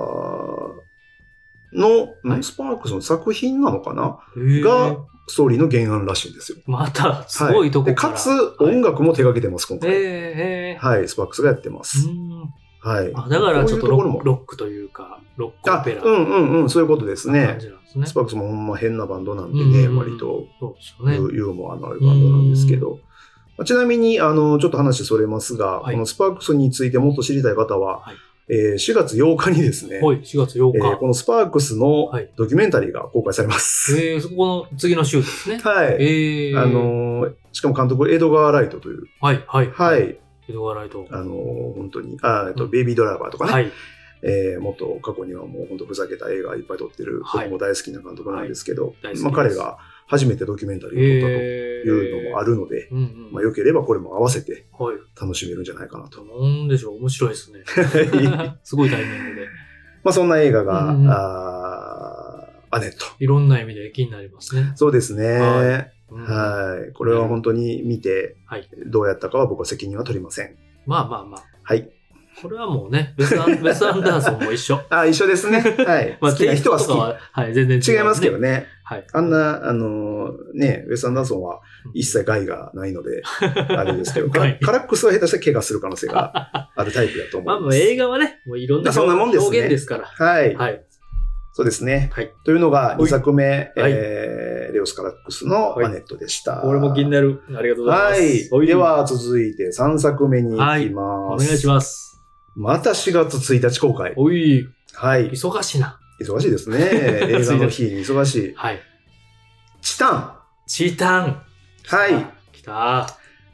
の、はい、スパークスの作品なのかなが、ストーリーの原案らしいんですよ。 また、すごいとこから。 はい、かつ、音楽も手掛けてます、今回。 えー、 はい、スパークスがやってます。はい。 あ、だからちょっとロックというか、ロックオペラ。 うんうんうん、そういうことですね。 感じなんですね。 スパークスもほんま変なバンドなんでね、割とユーモアのあるバンドなんですけど。ちなみに、あの、ちょっと話それますが、このスパークスについてもっと知りたい方は、えー、しがつようかにですね、 はい、しがつようか、 えー、このスパークスのドキュメンタリーが公開されます。 えー、そこの次の週ですね。 はい。えー、あのー、しかも監督、エドガー・ライトという。 はい、はい。 はい。 エドガー・ライト。 あのー、本当に、あえっと、うん、ベイビードライバーとかね。はい。えー、もっと過去にはもう本当ふざけた映画いっぱい撮ってる、はい、僕も大好きな監督なんですけど、はい、まあ彼が初めてドキュメンタリーを撮ったというのもあるので、えーうんうん、まあ良ければこれも合わせて楽しめるんじゃないかなと。 なんでしょう、面白いですね。すごいタイミングで。 まあそんな映画が、うんうん、あアネット。 いろんな意味で気になりますね。 そうですね。はいうん、はい。これは本当に見て、どうやったかは僕は責任は取りません。 まあまあまあ。 はい。 これはもうね、ウェスアン、ウェスアンダーソンも一緒。 あ、一緒ですね。はい。まあ、好きな人は好き。 は、はい、全然違う、ね。 違いますけどね。 はい。 あんな、あのー、ね、ウェスアンダーソンは一切害がないので、あれですけど、カラックスは下手したら怪我する可能性があるタイプだと思います。 まあ、もう映画はね、もういろんな表現ですから。 はい。 はい。 そうですね。はい。というのがにさくめ、えー、レオス・カラックスのアネットでした。 これも気になる。ありがとうございます。 はい。では、続いてさんさくめに行きます。 お願いします。 またしがつついたち公開。 おい。 はい。 忙しいな。 忙しいですね。映画の日に忙しい。 はい。 チタン。 チタン。 はい。 来た。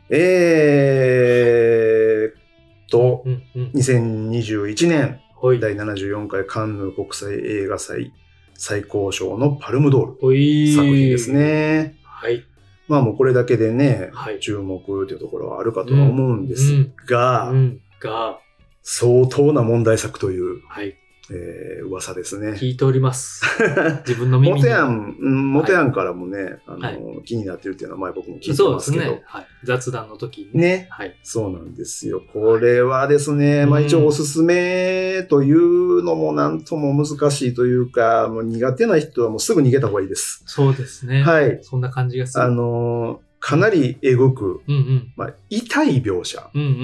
えーっと、うんうん、にせんにじゅういちねん、だいななじゅうよんかいカンヌ国際映画祭最高賞のパルムドール作品ですね。 はい。 まあもうこれだけでね、はい、注目というところはあるかとは思うんですが、 うんうん、が相当な問題作という、 はい、 えー、噂ですね。 聞いております。自分の耳に。 モテアン、モテアンからもね、はい、あの、はい、気になってるっていうのは前僕も聞いてますけど。そうですね。 はい、雑談の時に。ね。はい。そうなんですよ。これはですね、はい、まあ一応おすすめというのもなんとも難しいというか、もう苦手な人はもうすぐ逃げた方がいいです。 そうですね。はい。そんな感じがする。 あの、かなりえぐく、 うんうん、 まあ、痛い描写、 うんうんうんうん。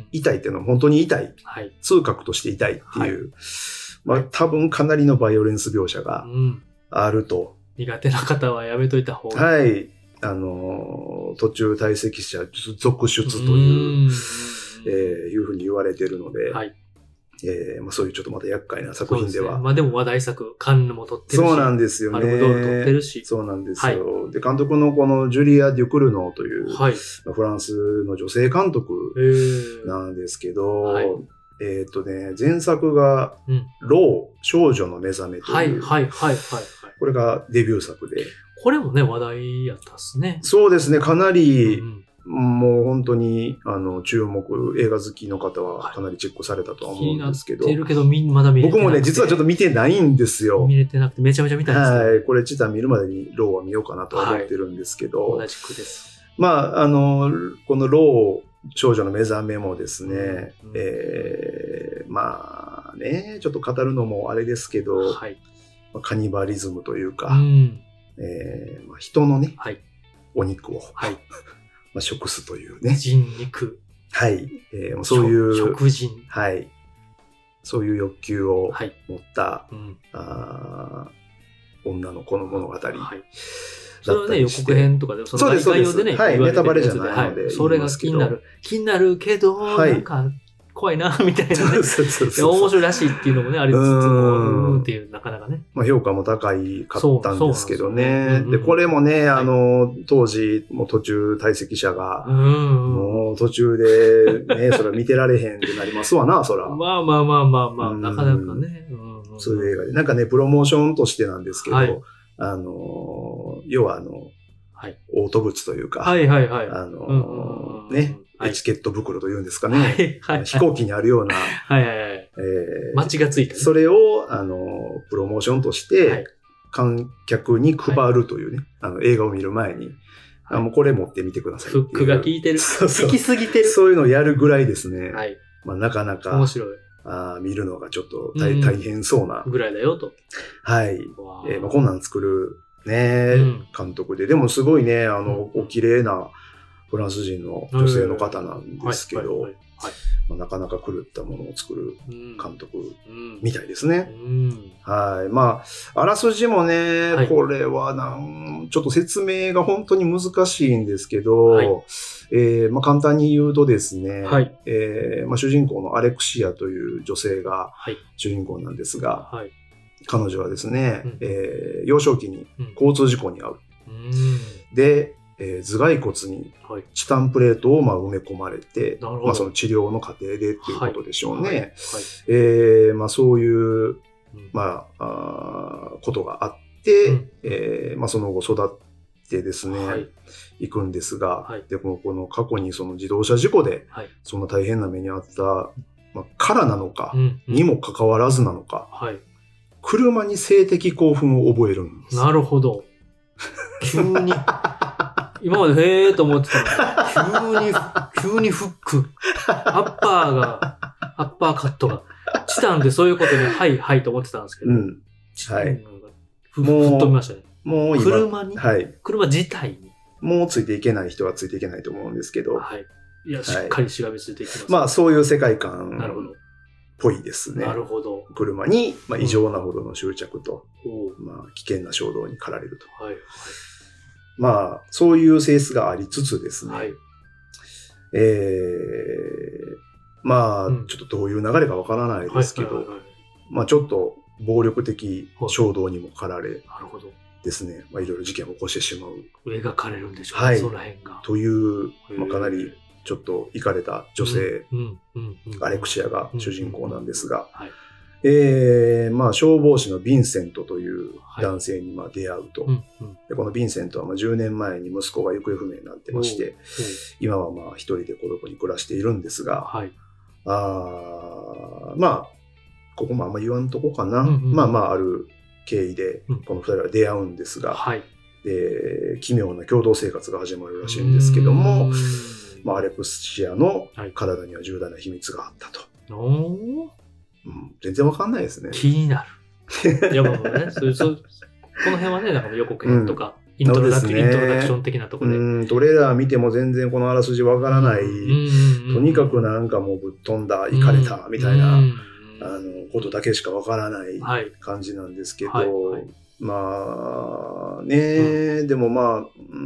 痛いっていうのは本当に痛い。 はい、 痛覚として痛いっていう、はい、まあ、多分かなりのバイオレンス描写があると。 うん、苦手な方はやめといた方がいい。はい。あの、途中退席者続出という、えー、いうふうに言われているので、はい、えーまあ、そういうちょっとまた厄介な作品では。 でね、まあでも話題作、カンヌも撮ってるし。 そうなんですよね。 パルムドール撮ってるし。 そうなんですよ。はい、で、監督のこのジュリア・デュクルノーという、はい、フランスの女性監督なんですけど、はい、えっとね、前作が、うん、ロー、少女の目覚めという。 はい、はい、はい、はい。 これがデビュー作で。 これもね、話題やったっすね。 そうですね、かなり、うんもう本当に、あの、注目、映画好きの方はかなりチェックされたとは思うんですけど。 気になってるけど、まだ見れてなくて。 僕もね、実はちょっと見てないんですよ。 見れてなくて、めちゃめちゃ見たいです、ね。 はい。これ、チタン見るまでにローは見ようかなとは思ってるんですけど。 はい、同じくです。 まあ、あの、このロー、少女の目覚めもですね、うん、えー、まあね、ちょっと語るのもあれですけど、はい、カニバリズムというか、うんえーまあ、人のね、はい、お肉を。はいまあ、食すというね。 人肉。 はい。えー、そういう。 食人。 はい。そういう欲求を持った、はいうんあ、女の子の物語。はい。 それはね、予告編とかで、その概要でね、 はい、ネタバレじゃないので、はい。 それが気になる。気になるけど、はい、なんか、怖いな、みたいなね。そうそうそうそう面白いらしいっていうのもね、ありつつも、うんっていう、なかなかね。 まあ評価も高いかったんですけどね。で、これもね、あの、当時、もう途中退席者が、もう途中でね、それ見てられへんってなりますわな、そら。 まあまあまあまあまあ、なかなかね。 そういう映画で。なんかね、プロモーションとしてなんですけど、あの、要はあの、嘔吐物というか、 はいはいはい。 あの、ね。エチケット袋というんですかね。はいはいはい、飛行機にあるような。 はいはいはい。えー、マッチがついて、ね。 それを、あの、プロモーションとして、はい、 観客に配るというね、はい、あの映画を見る前に、はい、あもうこれ持ってみてくださいっていう。 フックが効いてる。そうそう。効きすぎてる。 そういうのをやるぐらいですね。 はい。 まあなかなか。 面白い。 あ見るのがちょっと 大, 大変そうな。 ぐらいだよと。 はい。えーまあ、こんなん作るね、うん、監督で。でもすごいね、あの、お綺麗なフランス人の女性の方なんですけど、なかなか狂ったものを作る監督みたいですね。うんうん、はい。まあ、あらすじもね、はい、これはなんちょっと説明が本当に難しいんですけど、はい、えーまあ、簡単に言うとですね、はい、えーまあ、主人公のアレクシアという女性が主人公なんですが、はい、彼女はですね、うんえー、幼少期に交通事故に遭う。うん、で、えー、頭蓋骨にチタンプレートをまあ埋め込まれて、はい、まあ、その治療の過程でっていうことでしょうね。はいはい、えー、まあ、そういう、うん、まあ、あことがあって、うん、えーまあ、その後育ってですね、はい、行くんですが、はい、でこの、この過去にその自動車事故で、そんな大変な目にあった、まあ、からなのか、にもかかわらずなのか、はい、車に性的興奮を覚えるんです。 なるほど。急に。今までへーと思ってたのに、急に、急にフック。アッパーが、アッパーカットが。チタンでそういうことに、はいはいと思ってたんですけど。うん。はい。ふ、吹っ飛びましたね。もう今。車に、はい。車自体に。 もうついていけない人はついていけないと思うんですけど。 はい。いや、しっかりしがみついていきます、 はい。まあ、そういう世界観。なるほど。ぽいですね。 なるほど。 車に、まあ、異常なほどの執着と、うん、まあ、危険な衝動に駆られると。はい。はい、まあ、そういう性質がありつつですね。はい。えー、まあ、うん、ちょっとどういう流れかわからないですけど、まあ、ちょっと暴力的衝動にも駆られ、なるほど。ですね。まあ、いろいろ事件を起こしてしまう。 描かれるんでしょうね、はい、その辺が。 という、まあ、かなり、ちょっとイかれた女性、アレクシアが主人公なんですが、えー、まあ消防士のヴィンセントという男性にまあ出会うと、はいでこのヴィンセントはまあじゅうねんまえに息子が行方不明になってまして、今はまあ一人で孤独に暮らしているんですが、はい、あまあここもあんま言わんとこかな、うんうん、まあまあある経緯でこの二人は出会うんですが、はい、で奇妙な共同生活が始まるらしいんですけども、まあ、アレクシアの体には重大な秘密があったと。おーうん、全然わかんないですね。 気になる。いや、もうね、そうそうこの辺はね、なんか予告編とか、うん、イントロダク、ね、イントロダクション的なところで。 うん、トレーラー見ても全然このあらすじわからない、とにかくなんかもうぶっ飛んだ、イかれた、みたいな、あの、ことだけしかわからない感じなんですけど、はいはいはい、まあ、ね、うん、でもまあ、うん、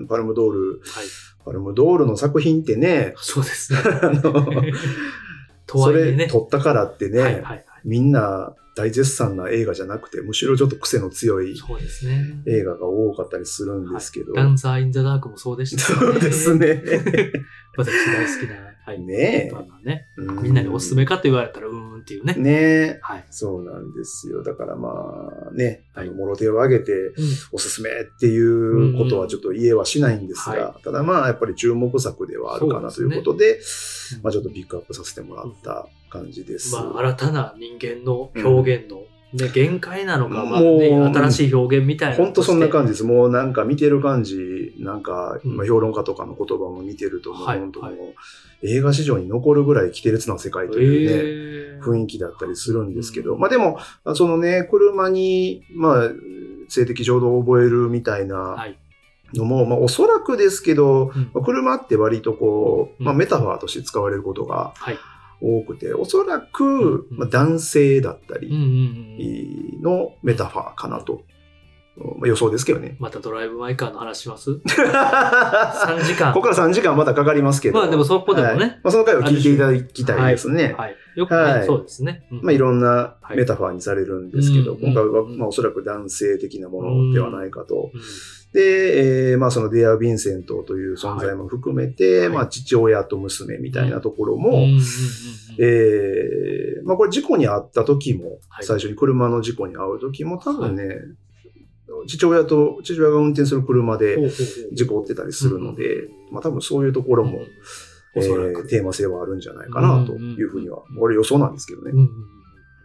パルムドール、はいパルムドールの作品ってね、 そうですね。あのとはいえね、 それ撮ったからってね、はいはいはい、みんな大絶賛な映画じゃなくて、むしろちょっと癖の強い映画が多かったりするんですけど。 ダンサー・イン・ザ・ダークもそうでしたね。そうですね。 私大好きな、はい、ねえ、ね。みんなにおすすめかと言われたら、うーんっていうね。 ねえ、はい。そうなんですよ。だからまあね、あの、もろ手を挙げて、おすすめっていうことはちょっと言えはしないんですが、うんはい、ただまあやっぱり注目作ではあるかなということで、でね、まあちょっとピックアップさせてもらった感じです。 まあ新たな人間の表現の、うんね、限界なのか、まあね、新しい表現みたいな。 本当そんな感じです。もうなんか見てる感じ、なんか、うん、まあ、評論家とかの言葉も見てると、もう本当もう、はいはい、映画史上に残るぐらい奇烈な世界というね、雰囲気だったりするんですけど、うん、まあでも、そのね、車に、まあ、性的衝動を覚えるみたいなのも、はい、まあおそらくですけど、うん、車って割とこう、まあメタファーとして使われることが、はい多くて、おそらく、うんうんまあ、男性だったりのメタファーかなと、うんうんうんまあ、予想ですけどね。 またドライブ・マイ・カーの話しますさんじかん。 ここからさんじかんまたかかりますけど。 まあでもそこでもね。はいまあ、その回を聞いていただきたいですね。はい。はい、 よくね、はい、そうですね。 うん、まあいろんなメタファーにされるんですけど、はい、今回は、まあ、おそらく男性的なものではないかと。うんうんで、えー、まあそのデア・ヴィンセントという存在も含めて、はい、まあ父親と娘みたいなところも、うんえー、まあこれ事故に遭った時も、はい、最初に車の事故に遭う時も多分ね、はい、父親と、父親が運転する車で事故ってたりするので、まあ多分そういうところも、えー、テーマ性はあるんじゃないかなというふうには、これ予想なんですけどね。うん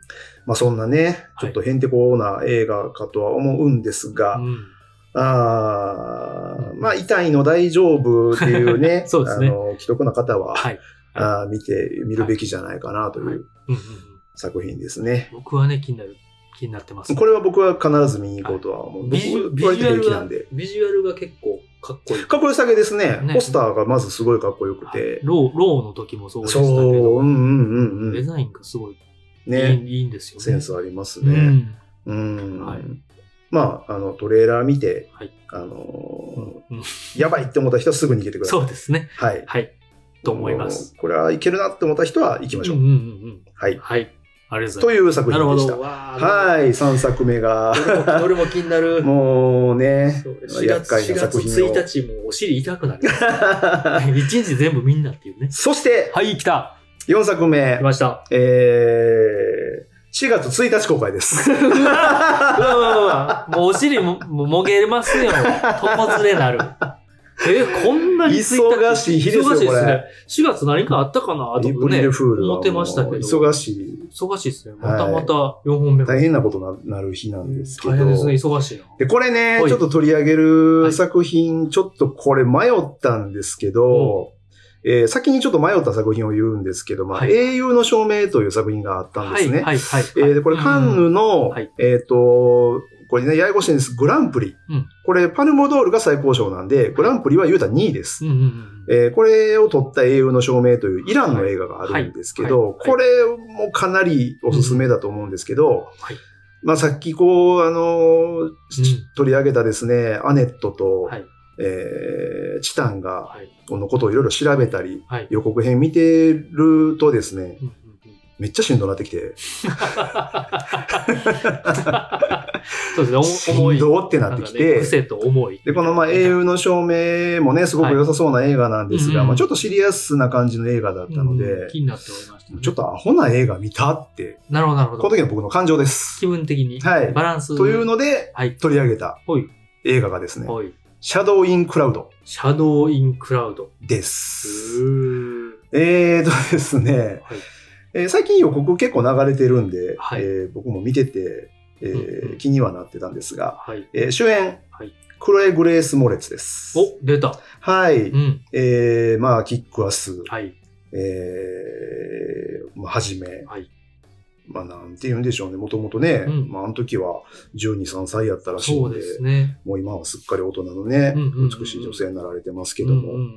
まあそんなね、ちょっとへんてこな映画かとは思うんですが、はい、うん、あまあ痛いの大丈夫っていうね、そうですね、あの、既得な方は、はい、あ見て、見るべきじゃないかなという作品ですね。 僕はね、気になる。気になってます、 ね。これは僕は必ず見に行こうとは思う。はい、 ビジュビジュアルが、ビジュアルが結構かっこいい。 かっこよさげですね。ね、ポスターがまずすごいかっこよくて。 ロー、ローの時もそうでしたけど。そう、うんうんうんうん。デザインがすごい、ね、いい、いいんですよね。 センスありますね。うん。うんはい、まあ、あの、トレーラー見て、はい、あのーうんうん、やばいって思った人はすぐ逃げてください。 そうですね。 はい。 はい。と思います。 これはいけるなって思った人は行きましょう。うんうんうん。はい。 はい。ありがとうという作品でした。はい。さんさくめが。 どれも気になる。 もうね。 厄介な作品を。しがつついたちもお尻痛くなる。一日全部みんなっていうね。 そして。 はい、来た。 よんさくめ。 来ました。 えー、しがつついたち公開です。 もうお尻も、もげますよ。友連れなる。え、こんなに忙しい日ですよ、これ。忙しいですね。 しがつ何かあったかなとかね、思ってましたけど。 忙しい。 忙しいですね。またまたよんほんめ。 大変なことになる日なんですけど。 大変ですね、忙しいな。 で、これね、ちょっと取り上げる作品、ちょっとこれ迷ったんですけど、えー、先にちょっと迷った作品を言うんですけど、まあ、はい、英雄の証明という作品があったんですね。はい、はい、はい。えー、で、これカンヌの、はい、えっと、これね、ややこしいんです。グランプリ。うん、これ、パルモドールが最高賞なんで、グランプリは言うたらにいです。うんうんうんえー、これを取った英雄の証明というイランの映画があるんですけど、はいはい、これもかなりおすすめだと思うんですけど、うんはい、まあさっきこう、あのーうん、取り上げたですね、アネットと、はいえー、チタンが、このことをいろいろ調べたり、はい、予告編見てるとですね、うんめっちゃしんどなってきて。 そうですね、 重い。しんどってなってきて。 ね、癖と重い。 で、このまあ英雄の証明もね、すごく良さそうな映画なんですが、はい、まあちょっとシリアスな感じの映画だったので、 うん、気になっておりました、ね。 ちょっとアホな映画見たって。 なるほど、なるほど。 この時の僕の感情です。 気分的に。 はい。 バランス。 というので、はい、取り上げた映画がですね、はい、シャドウ・イン・クラウド。 シャドウ・イン・クラウド。 です。えーとですね、はいえー、最近予告結構流れてるんで、はいえー、僕も見てて、えーうんうん、気にはなってたんですが、はいえー、主演、はい、クロエ・グレース・モレツです。 お、出た。 はい。うん、えー、まあ、キックアス、はいえー、まあ、はじめ、はい、まあ、なんて言うんでしょうね。もともとね、うん、まあ、あの時はじゅうに、さんさいやったらしいんで、そうですね、もう今はすっかり大人のね、うんうんうんうん、美しい女性になられてますけども、うんうんうんうん、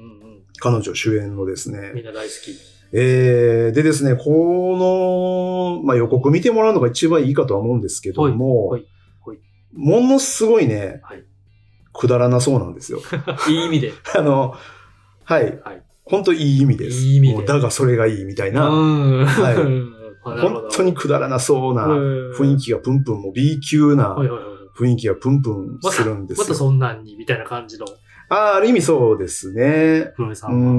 彼女主演のですね、 みんな大好き。 えー、でですね、この、まあ、予告見てもらうのが一番いいかとは思うんですけども、はいはいはい、ものすごいね、はい、くだらなそうなんですよ。 いい意味で。 あの、はい。はい、本当いい意味です。いい意味で。もうだがそれがいいみたいな。はい、本当にくだらなそうな雰囲気がプンプンも B 級な雰囲気がプンプンするんですよ。 また、またそんなんにみたいな感じの。 ああ、ある意味そうですね。 プロレさんは。うん。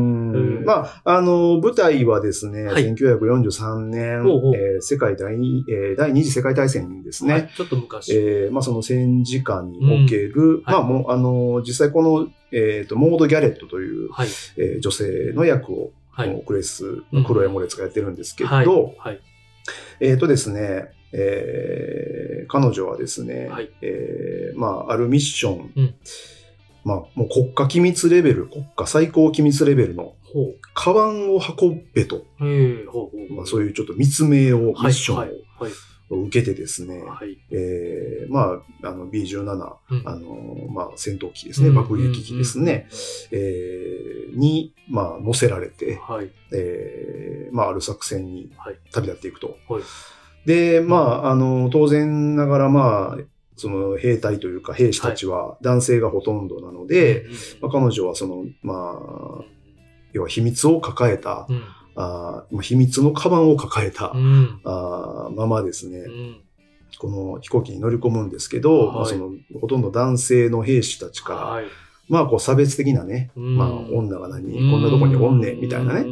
まあ、あの、舞台はですね、はい、せんきゅうひゃくよんじゅうさんねん、ほうほうえー、世界第二、えー、第二次世界大戦ですね。はい、 ちょっと昔。 えー、まあ、その戦時下における、うん、まあ、はい、もう、あの、実際この、えっ、ー、と、モード・ギャレットという、はいえー、女性の役を、はい、クレス、クロエ・モレツがやってるんですけど、はいはい、えっ、ー、とですね、えー、彼女はですね、はいえー、まあ、あるミッション、うんまあ、もう国家機密レベル、国家最高機密レベルの、カバンを運べと、まあ、そういうちょっと密命を、ミッションを受けてですね、はいはいえー、まあ、あの ビーじゅうなな、うん、あの、まあ、戦闘機ですね、爆撃機ですね、えー、に、まあ、乗せられて、はいえー、まあ、ある作戦に旅立っていくと。はい、で、まあ、あの、当然ながら、まあ、その兵隊というか兵士たちは男性がほとんどなので、はいまあ、彼女はその、まあ、要は秘密を抱えた、うん、あ秘密のカバンを抱えた、うん、あままですね、うん、この飛行機に乗り込むんですけど、はいまあ、そのほとんど男性の兵士たちから、はい、まあこう差別的なね、うん、まあ女が何、こんなとこにおんねんみたいなね、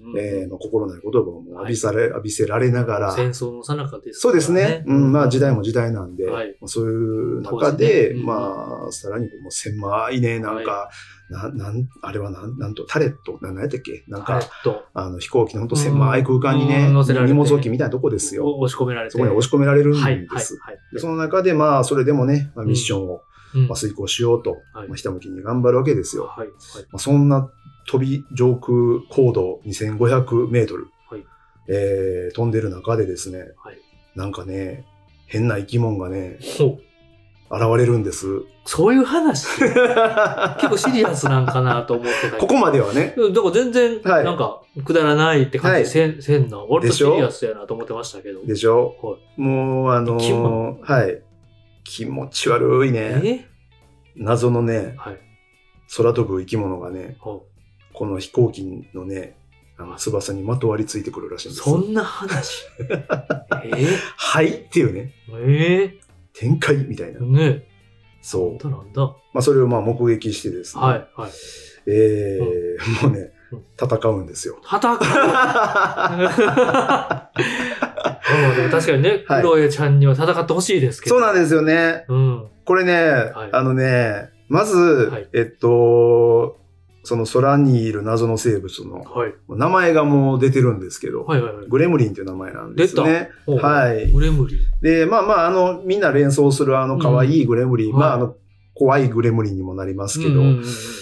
心ない言葉を浴びされ、浴びせられながら。 戦争の最中です。 そうですね。うん、まあ時代も時代なんで、そういう中で、まあ、さらにもう狭いね、なんか、な、なん、あれはなん、なんと、タレット、なん、なんやったっけなんか、あの、飛行機のほんと狭い空間にね、荷物置きみたいなとこですよ。 押し込められて。 そこに押し込められるんです。で、その中で、まあ、それでもね、ミッションを、まあ、遂行しようと、まあ、ひたむきに頑張るわけですよ。まあ、そんな飛び上空高度にせんごひゃくメートル、えー、飛んでる中でですね、なんかね、変な生き物がね、現れるんです。 そういう話結構シリアスなんかなと思ってた。 ここまではね。 だから全然、なんか、くだらないって感じせん、せんな。割とシリアスやなと思ってましたけど。 でしょ、はい、もう、あのー、はい。気持ち悪いね。謎のね、はい、空飛ぶ生き物がね、この飛行機のね、あの翼にまとわりついてくるらしいんです。 そんな話えー、はいっていうね。 えー展開みたいな。 ね。 そう。 なんだなんだ。 まあそれをまあ目撃してですね。 はい、はい。 えー、うん、もうね、うん、戦うんですよ。 戦うでも確かにね、クロエちゃんには戦ってほしいですけど。 そうなんですよね。うん。これね、はい、あのね、まず、はい、えっと、その空にいる謎の生物の名前がもう出てるんですけど、はいはいはい、グレムリンという名前なんですね。 出た。 はい。 グレムリン。 で、まあまあ、あの、みんな連想するあの可愛いグレムリン、うん、まああの、怖いグレムリンにもなりますけど、うんうんうん、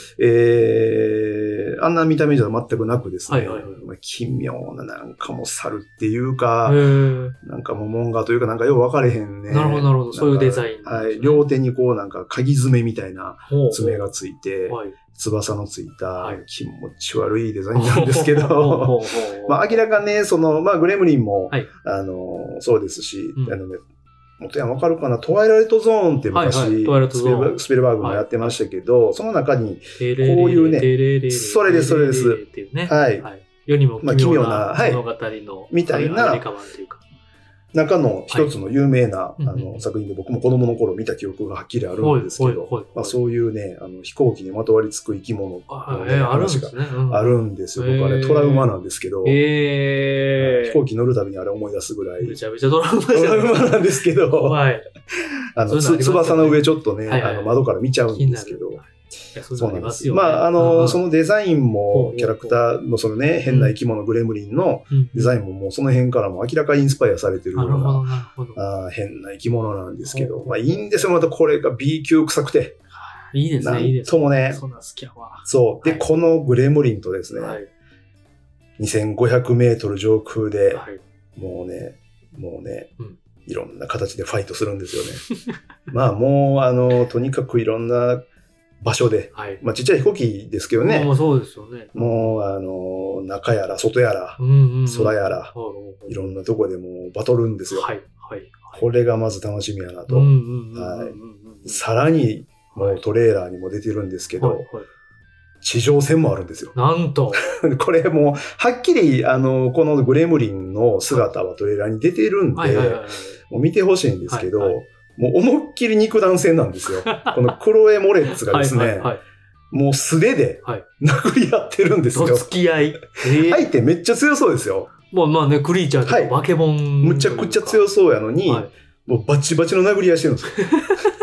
えー、あんな見た目じゃ全くなくですね、はいはいはい、奇妙ななんかもう猿っていうか、なんかもうモンガというかなんかよう分かれへんね。 なるほどなるほど、そういうデザイン、ね。 はい。両手にこうなんか鍵爪みたいな爪がついて、はい、翼のついた気持ち悪いデザインなんですけど、まあ明らかね、その、まあグレムリンも、はい、あの、そうですし、うん、あのね、もっとやわかるかな、トワイライトゾーンって昔、はいはい、ス, ピルスピルバーグもやってましたけど、はい、その中に、こういうね、それです、それです。 ね、 はい。 はい、世にも奇妙な物語の、はい、 みたいな、中の一つの有名な、はい、あの作品で僕も子供の頃見た記憶がはっきりあるんですけど、まあ、そういうね、あの飛行機にまとわりつく生き物の、ね、話があるんですよ。僕あれトラウマなんですけど、えー、飛行機乗るたびにあれ思い出すぐらい。 めちゃめちゃトラウマじゃないトラウマなんですけど、はい、あのつ翼の上ちょっとね、はいはい、あの窓から見ちゃうんですけど、 そうなんですよ。 まあ、あの、そのデザインも、キャラクターのそのね、変な生き物、グレムリンのデザインももうその辺からも明らかにインスパイアされてるような、あ変な生き物なんですけど、まあいいんですよ、またこれが B 級臭くて。 いいですね、いいですね。 ともね。 そんな好きやわ。 そう。で、このグレムリンとですね、にせんごひゃくメートル上空で、もうね、もうね、いろんな形でファイトするんですよね。まあもう、あの、とにかくいろんな、場所で、はい、まあちっちゃい飛行機ですけどね。 もうそうですよね。 もう、あの、中やら外やら、うんうんうん、空やら、いろんなとこでもうバトるんですよ。はい、はい。これがまず楽しみやなと。さらに、もうトレーラーにも出てるんですけど、はいはい、地上戦もあるんですよ。 なんと。 これもう、はっきり、あの、このグレムリンの姿はトレーラーに出てるんで、もう見てほしいんですけど、はいはい、もう思いっきり肉弾戦なんですよ。このクロエ・モレッツがですね、はいはいはい、もう素手で殴り合ってるんですよ。 どつき合い。 えー、相手めっちゃ強そうですよ。 まあまあね、クリーチャーとかバケモン、はい。 むちゃくちゃ強そうやのに、はい、もうバチバチの殴り合いしてるんですよ。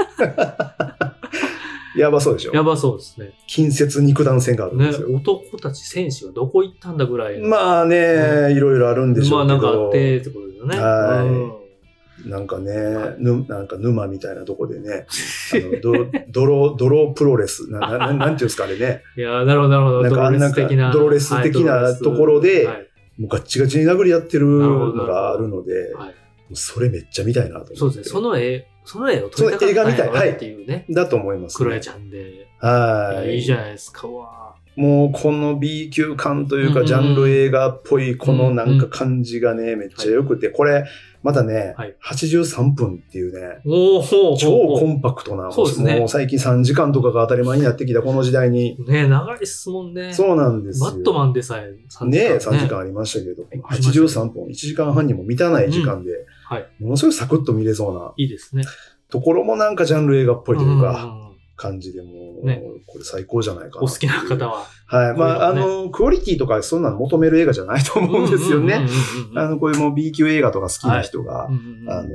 やばそうでしょ。 やばそうですね。 近接肉弾戦があるんですよ。 ね、男たち選手はどこ行ったんだぐらい。 まあね、うん、いろいろあるんでしょうけど。 まあなんかあってってことですよね。 はい。うんなんかね、はい、ぬ、なんか沼みたいなとこでね、あの、ド、ドロ、ドロプロレス、な、な、なんていうんですかあれね。 いやなるほど、なるほど。 なんかあんなドロレス的なところで、はい、もうガッチガチに殴り合ってるのがあるので、はい、それめっちゃ見たいなと思って。 そうですね。その絵、その絵を撮りたかったんやろっていうね。 だと思います、ね。 クロエちゃんで。 はい。 いいじゃないですか、わ。 もうこの B 級感というか、ジャンル映画っぽいこのなんか感じがね、めっちゃ良くて、これ、またね、はい、はちじゅうさんぷんっていうね、超コンパクトな、そうですね、もう最近さんじかんとかが当たり前になってきたこの時代に。 ね長いっすもんね。 そうなんですよ。 バットマンでさえさんじかん。ねさんじかんありましたけど、はちじゅうさんぷん、いちじかんはんにも満たない時間で、うんはい、ものすごいサクッと見れそうな。 いいですね。 ところもなんかジャンル映画っぽいというか、感じでもね、 これ最高じゃないかな。 お好きな方は。 はい。まあ、あの、クオリティとかそんなの求める映画じゃないと思うんですよね。あの、こういうもう B 級映画とか好きな人が、あの、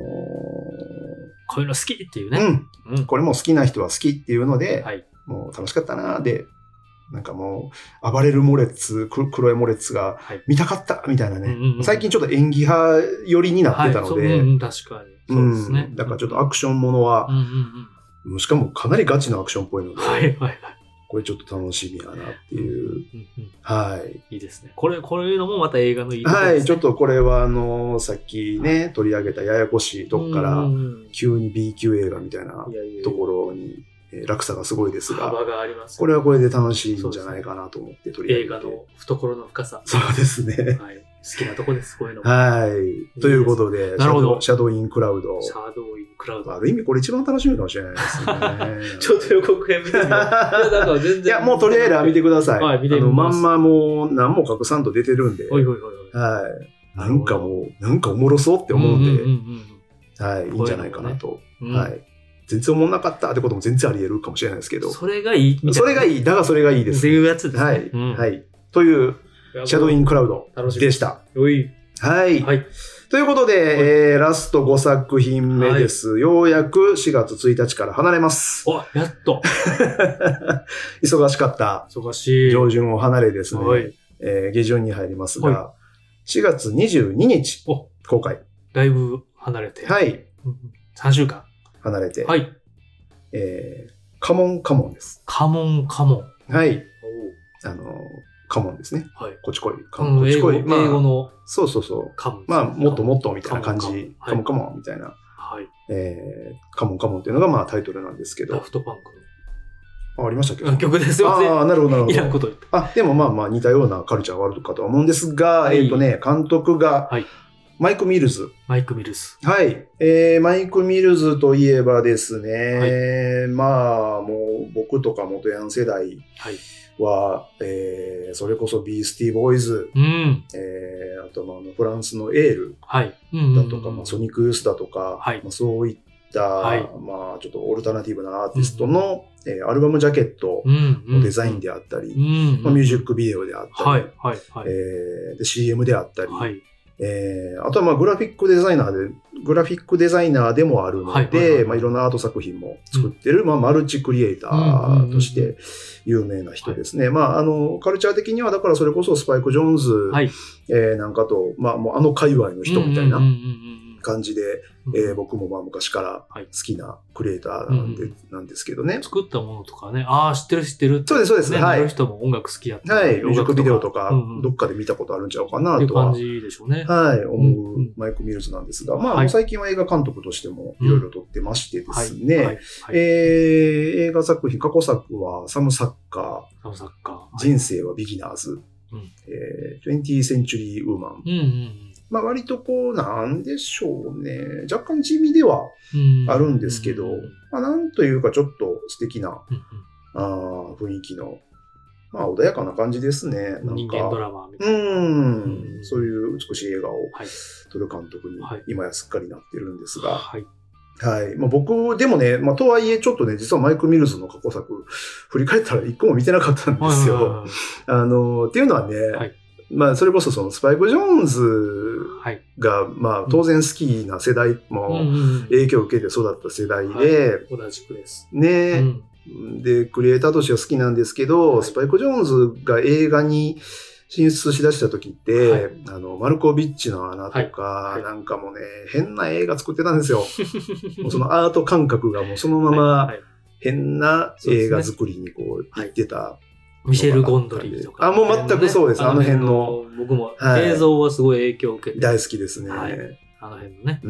こういうの好きっていうね。 うん。これも好きな人は好きっていうので、もう楽しかったなーで、なんかもう、暴れるモレッツ、黒いモレッツが見たかったみたいなね。最近ちょっと演技派寄りになってたので。 確かに。そうですね。 だからちょっとアクションものは、しかもかなりガチなアクションっぽいので、はいはいはい。これちょっと楽しみやなっていう。はい。 いいですね。これ、こういうのもまた映画のいいところですね。 はい。ちょっとこれはあの、さっきね、取り上げたややこしいとこから、急に B 級映画みたいなところに、落差がすごいですが、 幅がありますね、 これはこれで楽しいんじゃないかなと思って取り上げて。 映画の懐の深さ。 そうですね。 はい。好きなとこです、こういうのも。 はい。ということで、 なるほど。 シャドウインクラウド。 シャドウインクラウド。 ある意味これ一番楽しみかもしれないですね。 ちょっと予告編見てみよう。いや、だから全然。 いや、もうとりあえず見てください。 はい、見てみます。まんまもう何も隠さんと出てるんで。 おいおいおいおい。 はい。なんかもう、なんかおもろそうって思うんで、はい、いいんじゃないかなと。はい。全然思んなかったってことも全然あり得るかもしれないですけど。 それがいいみたいな。 それがいい。だがそれがいいです。 っていうやつですね。 はい。うん、はい。という、シャドウインクラウドでした。 おい。 はい。はい。ということで、えー、ラストごさく品目です。はい、ようやくしがつついたちから離れます。 お、やっと。 忙しかった。 忙しい。 上旬を離れですね。はい。えー、下旬に入りますが、はい、しがつにじゅうににち公開。 だいぶ離れて。 はい。 さんしゅうかん。 離れて。 はい。 えー、カモンカモンです。 カモンカモン。はい。あの、カモンですね。 はい。 こちこい。 カモン。こちこい。英語の。 そうそうそう。 カモン。 まあ、もっともっとみたいな感じ。カモンカモンみたいな。 はい。 えー、カモンカモンっていうのがまあタイトルなんですけど。 ダフトパンクの。あ、ありましたっけ？ 曲ですよね。 ああ、なるほどなるほど。 いらんこと言って。 あ、でもまあまあ似たようなカルチャーがあるかとは思うんですが、えっとね、監督が、はい。マイク・ミルズ。 マイク・ミルズ。 はい。えー、マイク・ミルズといえばですね、はい、まあ、もう僕とか元ヤン世代は、はい、えー、それこそビースティー・ボーイズ、 うん、 えー、あとまあフランスのエールだとか、まあ、ソニック・ユースだとか、はい、まあ、そういった、はい、まあちょっとオルタナティブなアーティストの、うんえー、アルバムジャケットのデザインであったり、うんまあ、ミュージックビデオであったり、はいはいはいえー、で シーエム であったり、はいえー、あとはまあグラフィックデザイナーで、グラフィックデザイナーでもあるので、まあいろんなアート作品も作ってる、うん、まあマルチクリエイターとして有名な人ですね。はい、まああの、カルチャー的にはだからそれこそスパイク・ジョーンズ、はいえー、なんかと、まあもうあの界隈の人みたいな感じで、えー、僕もまあ昔から好きなクリエイターなんで、はい、なんですけどね。 作ったものとかね、ああ、知ってる知ってるって、 ね。そうです、そうです。はい。 ある人も音楽好きやった。 はい。ミュージックビデオとか、どっかで見たことあるんちゃうかなとは。 いう感じでしょうね。 はい。思うマイク・ミルズなんですが、まあ、はい、最近は映画監督としてもいろいろ撮ってましてですね、うんはいはいはい、えー、映画作品、過去作はサム・サッカー、 サム・サッカー、はい、 人生はビギナーズ、うんえー、twentieth Century Woman、 うんうんまあ割とこう、なんでしょうね。若干地味ではあるんですけど、まあなんというかちょっと素敵な、あ雰囲気の、まあ穏やかな感じですね。なんか人間ドラマみたいな。うん。そういう美しい映画を撮る監督に今やすっかりなってるんですが、はい。はい。まあ僕、でもね、まあとはいえちょっとね、実はマイク・ミルズの過去作、振り返ったら一個も見てなかったんですよ。あの、っていうのはね、はいまあ、それこそそのスパイク・ジョーンズが、まあ、当然好きな世代も影響を受けて育った世代で、 同じくです。 ね、で、クリエイターとしては好きなんですけど、スパイク・ジョーンズが映画に進出しだした時って、あの、マルコビッチの穴とか、なんかもね、変な映画作ってたんですよ。もうそのアート感覚がもうそのまま変な映画作りにこう、行ってた。 ミシェル・ゴンドリーとか。 あ、もう全くそうです。あの辺の。 僕も映像はすごい影響を受けて。 大好きですね。 あの辺のね。 うん。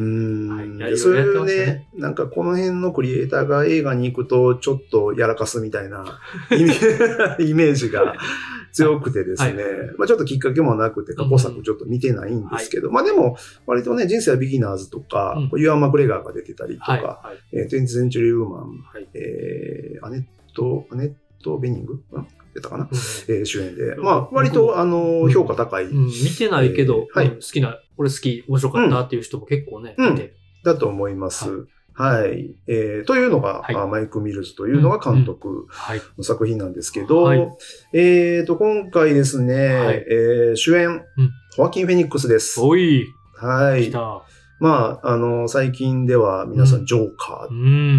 そういうね、なんかこの辺のクリエイターが映画に行くとちょっとやらかすみたいなイメージが強くてですね。まあちょっときっかけもなくて過去作ちょっと見てないんですけど、まあでも割とね、人生はビギナーズとか、ユアン・マクレガーが出てたりとか、twentieth Century Woman、アネット、アネット・ベニングやったかな、うんえー、主演で。まあ、割と、あの、評価高い、 うん。見てないけど、えーはい、好きな、俺好き、面白かったっていう人も結構ね、 うん、いて。だと思います。はい。 はい。えー、というのが、はい、マイク・ミルズというのが監督の作品なんですけど、はい、えーと、今回ですね、はい、えー、主演、うん、ホアキン・フェニックスです。 おい。 はい。 来た。 まあ、あの、最近では皆さん、ジョーカー、うん、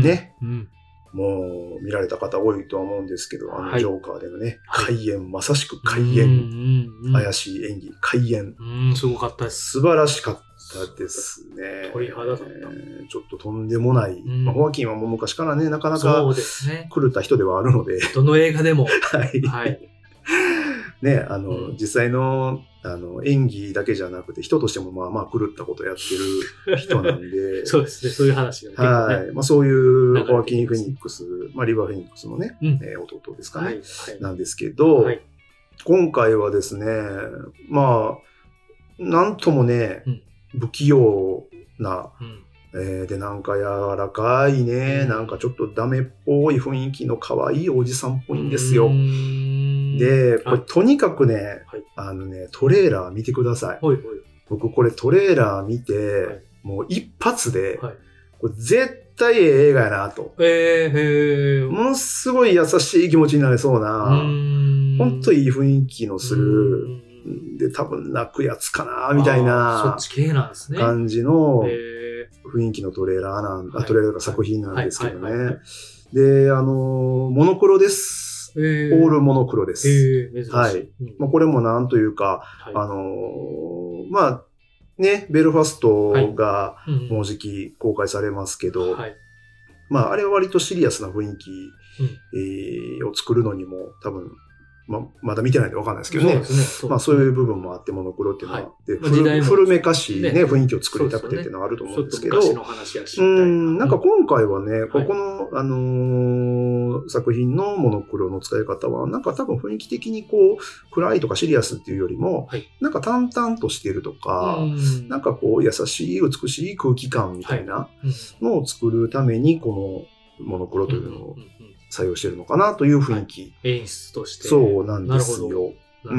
ね。うんもう見られた方多いとは思うんですけど、あのジョーカーでのね、はい、開演、まさしく開演、怪しい演技、開演。 うん、すごかったです。 素晴らしかったですね。 鳥肌だった。 ちょっととんでもない。まあ、ホアキンはもう昔からね、なかなか狂った人ではあるので。 どの映画でも。 はい。 はい。 ね、あの、うん、実際の、あの、演技だけじゃなくて、人としてもまあまあ狂ったことをやってる人なんで。 そうですね、そういう話が、ね。 はい。まあそういうホアキン・フェニックス、まあリバー・フェニックスのね、うんえー、弟ですかね、はいはい。なんですけど、はい、今回はですね、まあ、なんともね、うん、不器用な、うんえー、で、なんか柔らかいね、うん、なんかちょっとダメっぽい雰囲気の可愛いおじさんっぽいんですよ。で、これとにかくね、はい、あのね、トレーラー見てください。はいはい、僕これトレーラー見て、はい、もう一発で、はい、これ絶対ええ映画やなと。 えー、 ものすごい優しい気持ちになれそうな、ほんといい雰囲気のする、で、多分泣くやつかな、みたいな感じの雰囲気のトレーラーなん、あトレーラーが作品なんですけどね。で、あの、モノクロです。オールモノクロです。はい。まあ、これもなんというか、はい、あのー、まあ、ね、ベルファストがもうじき公開されますけど、はい、まあ、あれは割とシリアスな雰囲気、うんえー、を作るのにも多分、ま、まだ見てないんでわかんないですけどね。そうですね。そうまあそういう部分もあって、モノクロっていうのはあって、はいまあ、古めかしいね、ね、雰囲気を作りたくてっていうのはあると思うんですけど、 昔の話やしうん、なんか今回はね、ここの、はい、あのー、作品のモノクロの使い方は、なんか多分雰囲気的にこう、暗いとかシリアスっていうよりも、はい、なんか淡々としてるとか、んなんかこう、優しい、美しい空気感みたいなのを作るために、このモノクロというのを、採用してるのかなという雰囲気。はい、 演出として。 そうなんですよ。うん、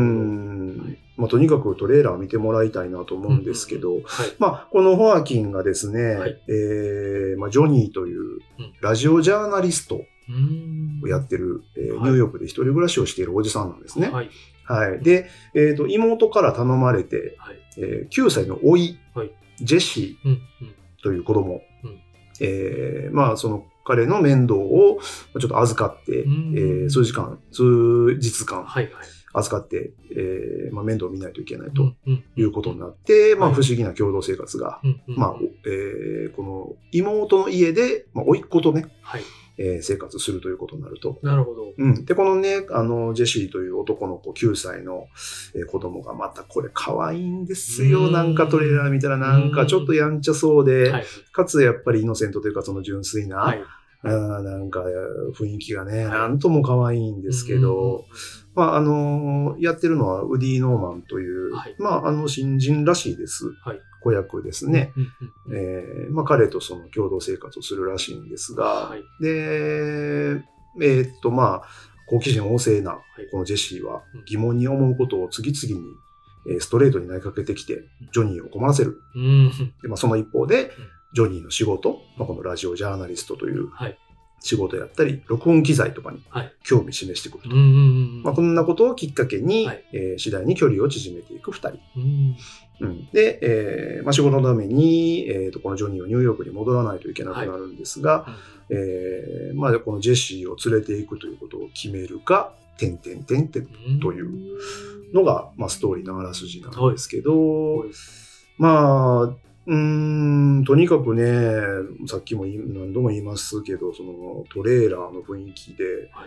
はいまあ、とにかくトレーラー見てもらいたいなと思うんですけど、うんうんはい、まあ、このホアキンがですね、はい、えーまあ、ジョニーというラジオジャーナリストをやってる、うんえー、ニューヨークで一人暮らしをしているおじさんなんですね。はい。はい、で、えーと、妹から頼まれて、はいえー、きゅうさいの甥い、はい、ジェシーという子供、うんうんえー、まあ、その彼の面倒をちょっと預かって、うんえー、数時間、数日間、はいはい、預かって、えーまあ、面倒を見ないといけないということになって、うん、まあ、不思議な共同生活が、はい、まあえー、この妹の家で、まあ、甥っ子とね、はいえー、生活するということになると。 なるほど。 うん。で、このね、あの、ジェシーという男の子、きゅうさいの、えー、子供がまたこれ可愛いんですよ。なんかトレーラー見たらなんかちょっとやんちゃそうで、はい、かつやっぱりイノセントというかその純粋な、はいあなんか雰囲気がね、はい、なんとも可愛いんですけど、まあ、あの、やってるのはウディ・ノーマンという、はい、まあ、あの、新人らしいです。はい、子役ですね。えー、まあ、彼とその共同生活をするらしいんですが、はい、で、えー、っと、まあ、好奇心旺盛なこのジェシーは疑問に思うことを次々にストレートに投げかけてきて、ジョニーを困らせる。うん、でまあ、その一方で、ジョニーの仕事、まあ、このラジオジャーナリストという仕事やったり、録音機材とかに興味示してくると。まあ、こんなことをきっかけに、はいえー、次第に距離を縮めていく二人。うんうん、で、えーまあ、仕事のために、えーと、このジョニーはニューヨークに戻らないといけなくなるんですが、はいえーまあ、このジェシーを連れていくということを決めるか、てんてんてんてんというのが、まあ、ストーリーのあらすじなんですけど、はい、まあ、うーん、とにかくね、さっきも何度も言いますけど、そのトレーラーの雰囲気で、はい、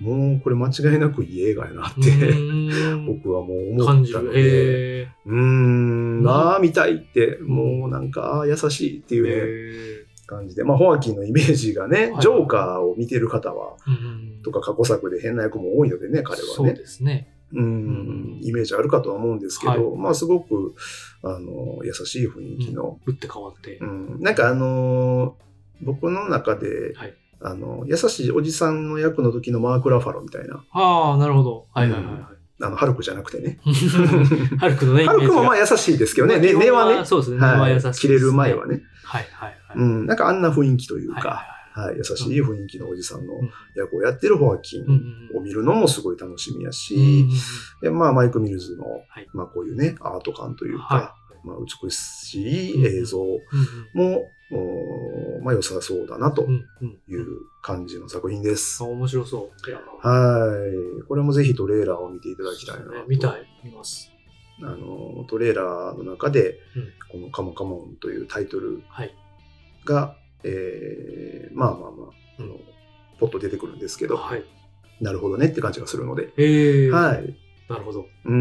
もうこれ間違いなくいい映画やなって僕はもう思ったので、うーん、ああ、見たいって、もうなんか、ああ、優しいっていうね、感じで、まあ、ホアキンのイメージがね、はい、ジョーカーを見てる方は、とか過去作で変な役も多いのでね、彼はね。 そうですね。 うん、イメージあるかとは思うんですけど、はい、まあすごく、あの、優しい雰囲気の。 うん、打って変わって。 うん。なんかあの、僕の中で、はい、あの、優しいおじさんの役の時のマーク・ラファロみたいな。 ああ、なるほど。はいはいはい、はい。 あの、ハルクじゃなくてね。 ハルクのね、 ハルクもまあ優しいですけどね。根はね。 そうですね。根は優しい。 切れる前はね。 はいはいはい。 うん。なんかあんな雰囲気というか、はい、優しい雰囲気のおじさんの役をやってるホアキンを見るのもすごい楽しみやし、でまあマイク・ミルズの、まあこういうね、アート感というか、まあ美しい映像も、まあ良さそうだなという感じの作品です。 あ、面白そう。 はい。これもぜひトレーラーを見ていただきたいなと。 見たい、見ます。 あの、トレーラーの中で、このカモカモンというタイトルが、えー、まあまあまあ、あの、ポッと出てくるんですけど、はい、なるほどねって感じがするので。 えー、 はい。 なるほど。 うん。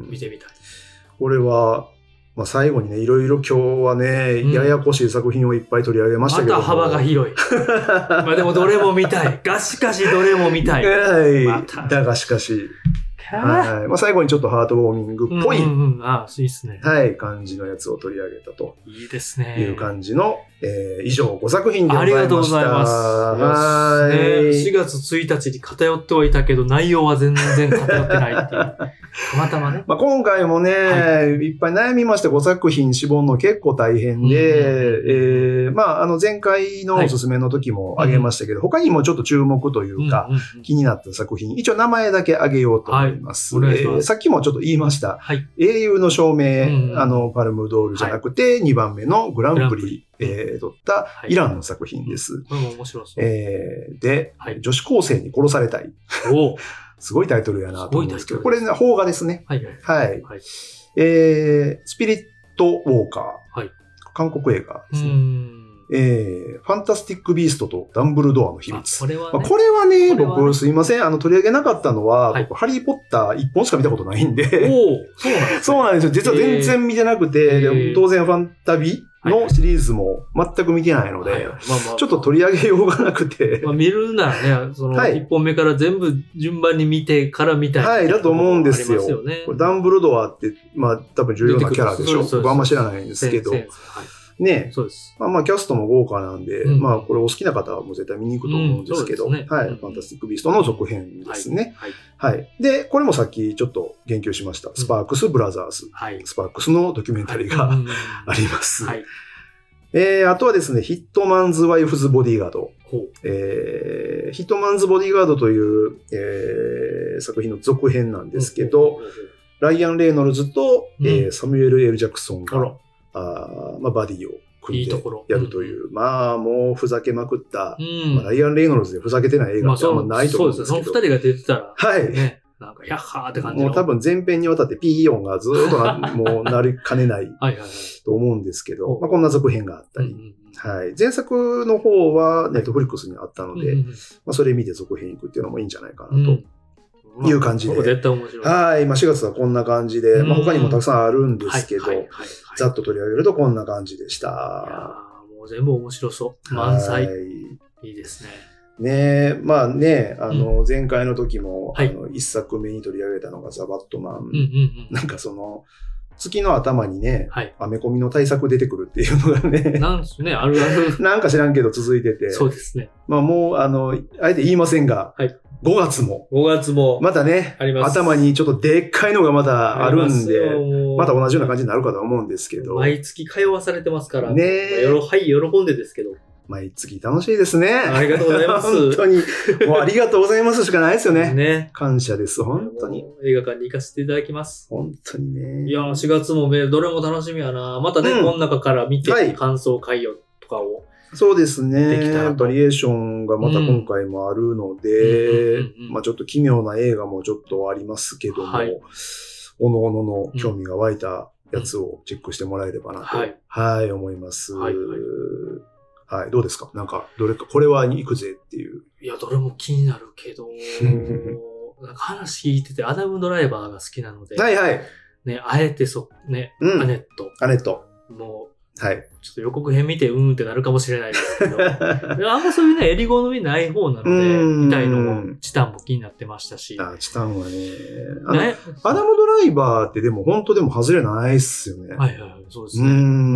見てみたい。 これは、まあ最後にね、いろいろ今日はね、うん、ややこしい作品をいっぱい取り上げましたけど。 また幅が広い。まあでもどれも見たい。がしかしどれも見たい。 はい。ま、だがしかし。はい。まあ、最後にちょっとハートウォーミングっぽい、 うんうん、ああ、いいですね。 はい、感じのやつを取り上げたと。 いいですね。 いう感じの、えー、以上ご作品でございました。 ありがとうございます。はい。しがつついたちに偏ってはいたけど、内容は全然偏ってないっていう。たまたまね。 まあ今回もね、はい、いっぱい悩みましてご作品絞るの結構大変で、えー、まああの前回のおすすめの時もあげましたけど、はい、他にもちょっと注目というか、うんうんうん、気になった作品、一応名前だけあげようと思います。はい、えー、さっきもちょっと言いました。はい、英雄の証明、うんうん、あの、パルムドールじゃなくて、にばんめのグランプリ、えー、取ったイランの作品です。 これも面白そう。 えー、で、はい、女子高生に殺されたい。おすごいタイトルやなと思うんですけど、これね、邦画ですね。はい。はい。はい、えー、スピリットウォーカー。はい。韓国映画ですね。えー、ファンタスティック・ビーストとダンブルドアの秘密。これはね、まあ、これはね、僕、ね、すいません。あの、取り上げなかったのは、はい、僕、ハリー・ポッター一本しか見たことないんで。おそうなんですね。そうなんですよ。実は全然見てなくて、で当然ファンタビのシリーズも全く見てないので、ちょっと取り上げようがなくて。 まあ、見るならね、その、一本目から全部順番に見てから見たい。 はい、だと思うんですよ。これダンブルドアって、まあ、多分重要なキャラでしょ。僕あんま知らないんですけど。ね。そうです。まあまあ、キャストも豪華なんで、うん、まあ、これお好きな方はもう絶対見に行くと思うんですけど、うんね、はい、うん。ファンタスティック・ビーストの続編ですね。はい。はい。はい、で、これもさっきちょっと言及しました。スパークス・ブラザーズ。はい。スパークスのドキュメンタリーが、はい、あります。はい。えー、あとはですね、ヒットマンズ・ワイフズ・ボディーガード。えー、ヒットマンズ・ボディーガードという、えー、作品の続編なんですけど、ライアン・レイノルズと、うん、えー、サミュエル・エル・ジャクソンが、あまあ、バディを組んでやるという。いいところまあ、もうふざけまくった。うんまあ、ライアン・レイノルズでふざけてない映画ってあんまないと思うんですけど。まあ、 そうですね。その二人が出てたら。 はい。 ね、なんか、ヤッハーって感じの。 もう多分前編にわたってピー音がずっとなもうなりかねないと思うんですけど、まあ、こんな続編があったり。うんうんはい。前作の方はネットフリックスにあったので、うんうんまあ、それ見て続編行くっていうのもいいんじゃないかなと。うんいう感じで。 絶対面白い。 はい。まあしがつはこんな感じで、まあ他にもたくさんあるんですけど、ざっと取り上げるとこんな感じでした。いやもう全部面白そう。満載。いいですね。 ねえ、まあね、あの、前回の時も、あの、一作目に取り上げたのがザ・バットマン。なんかその、月の頭にね、はい、アメコミの対策出てくるっていうのがね。 なんすね、あるある。 なんか知らんけど続いてて。 そうですね。 まあもう、あの、あえて言いませんが、はい、ごがつも。 ごがつも。 またね、頭にちょっとでっかいのがまたあるんで、また同じような感じになるかと思うんですけど。 毎月通わされてますから。ねえ。まあ、はい、喜んでですけど。 毎月楽しいですね。 ありがとうございます。 本当に。もうありがとうございますしかないですよね。ね。感謝です、本当に。 映画館に行かせていただきます。 本当にね。 いやー、しがつもどれも楽しみやな。またね、うん、この中から見て、はい、感想会よとかを。 そうですね。バリエーションがまた今回もあるので、まあちょっと奇妙な映画もちょっとありますけども、はい、おのおのの興味が湧いたやつをチェックしてもらえればなと、はい、はい、思います。はいはいはい、どうですかなんか、どれか、これは行くぜっていう。 いや、どれも気になるけど、なんか話聞いてて、アダム・ドライバーが好きなので、 はいはい。 ね、あえてそ、ね、うん、アネット。 アネット。 もう、はい。 ちょっと予告編見て、うーんってなるかもしれないですけど、あんまそういうね、エリゴのみない方なので、みたいのも、チタンも気になってましたし。 あ、チタンはね。ねアダム・ドライバーってでも本当でも外れないっすよね。 はいはい、そうですね。 うん、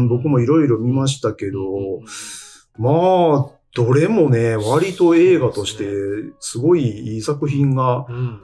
僕もいろいろ見ましたけど、うんまあ、どれもね、割と映画として、すごいいい作品が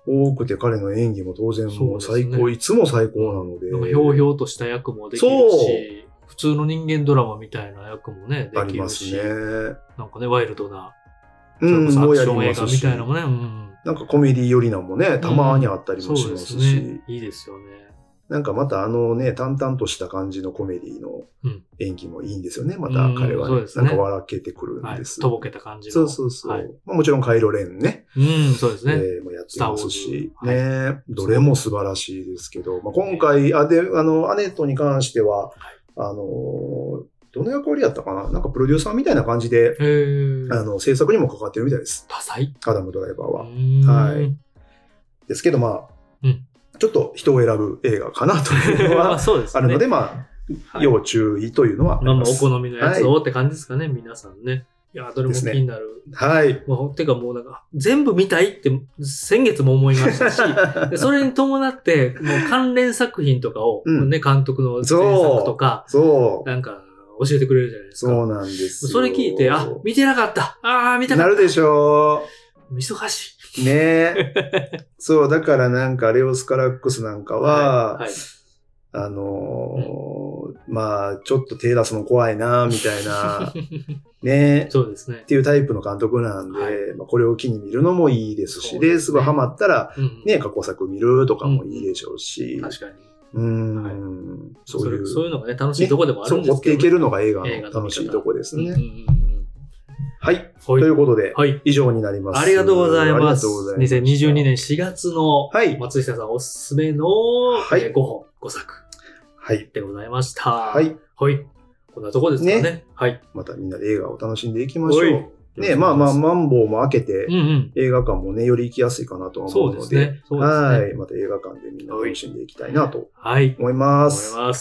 多くて彼の演技も当然もう最高、ね、いつも最高なので。 なんかひょうひょうとした役もできるし、普通の人間ドラマみたいな役もね、できるし。ありますね。なんかね、ワイルドな、それこそアクション映画みたいなのもね。うん、 なんかコメディ寄りなのもね、たまにあったりもしますし。うん、そうですね。 いいですよね。 なんかまたあのね、淡々とした感じのコメディの演技もいいんですよね。また彼はね、うんね、なんか笑けてくるんです。 はい、とぼけた感じの。 そうそうそう。はい、まあ、もちろんカイロレンね。 うん、そうですね。 えー、もやってますし、ね、はい、どれも素晴らしいですけど、まあ、今回、あ、で、あの、アネットに関しては、はい、あの、どの役割やったかななんかプロデューサーみたいな感じで、あの、制作にも関わってるみたいです。 多彩アダムドライバーは。はい。ですけど、まあ、うんちょっと人を選ぶ映画かなというのはあるので、まあ、要注意というのはあります。 まあ、お好みのやつをって感じですかね、皆さんね。いや、どれも気になる。 はい。 もうてかもうなんか、全部見たいって先月も思いましたし、それに伴って、もう関連作品とかを、ね、監督の制作とか、 そう。 なんか、教えてくれるじゃないですか。 そうなんですよ。 それ聞いて、あ、見てなかった。ああ、見たかった。 なるでしょう。忙しい。 ねえ。そう、だからなんか、レオス・カラックスなんかは、はいはい、あのーうん、まあ、ちょっと手出すの怖いな、みたいな、ねそうですね。 っていうタイプの監督なんで、はい、まあ、これを機に見るのもいいですし、で、すぐハマったら、ね、過去作見るとかもいいでしょうし。 うん、確かに。 うん、はい、 そういう。そういうのがね、楽しいとこでもあるんですけど、ね。 そう、追っていけるのが映画の楽しいとこですね。はい。ということで、はい、以上になります。 ありがとうございます。にせんにじゅうにねんしがつの、松下さんおすすめの、はい、ごほん、ごさく。はい。でございました。はい。はい。こんなとこですかね。ねはい。 またみんなで映画を楽しんでいきましょう。ね、まあまあ、マンボウも開けて、うんうん、映画館もね、より行きやすいかなと思うので、そうですね。そうですね。はい。また映画館でみんな楽しんでいきたいなと思います。 はい。思います。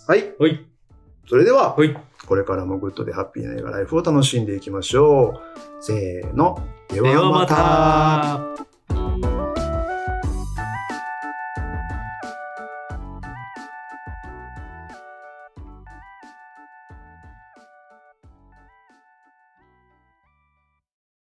はい。はい。それでは、はい。これからもグッドでハッピーな映画ライフを楽しんでいきましょう。せーの。ではまた。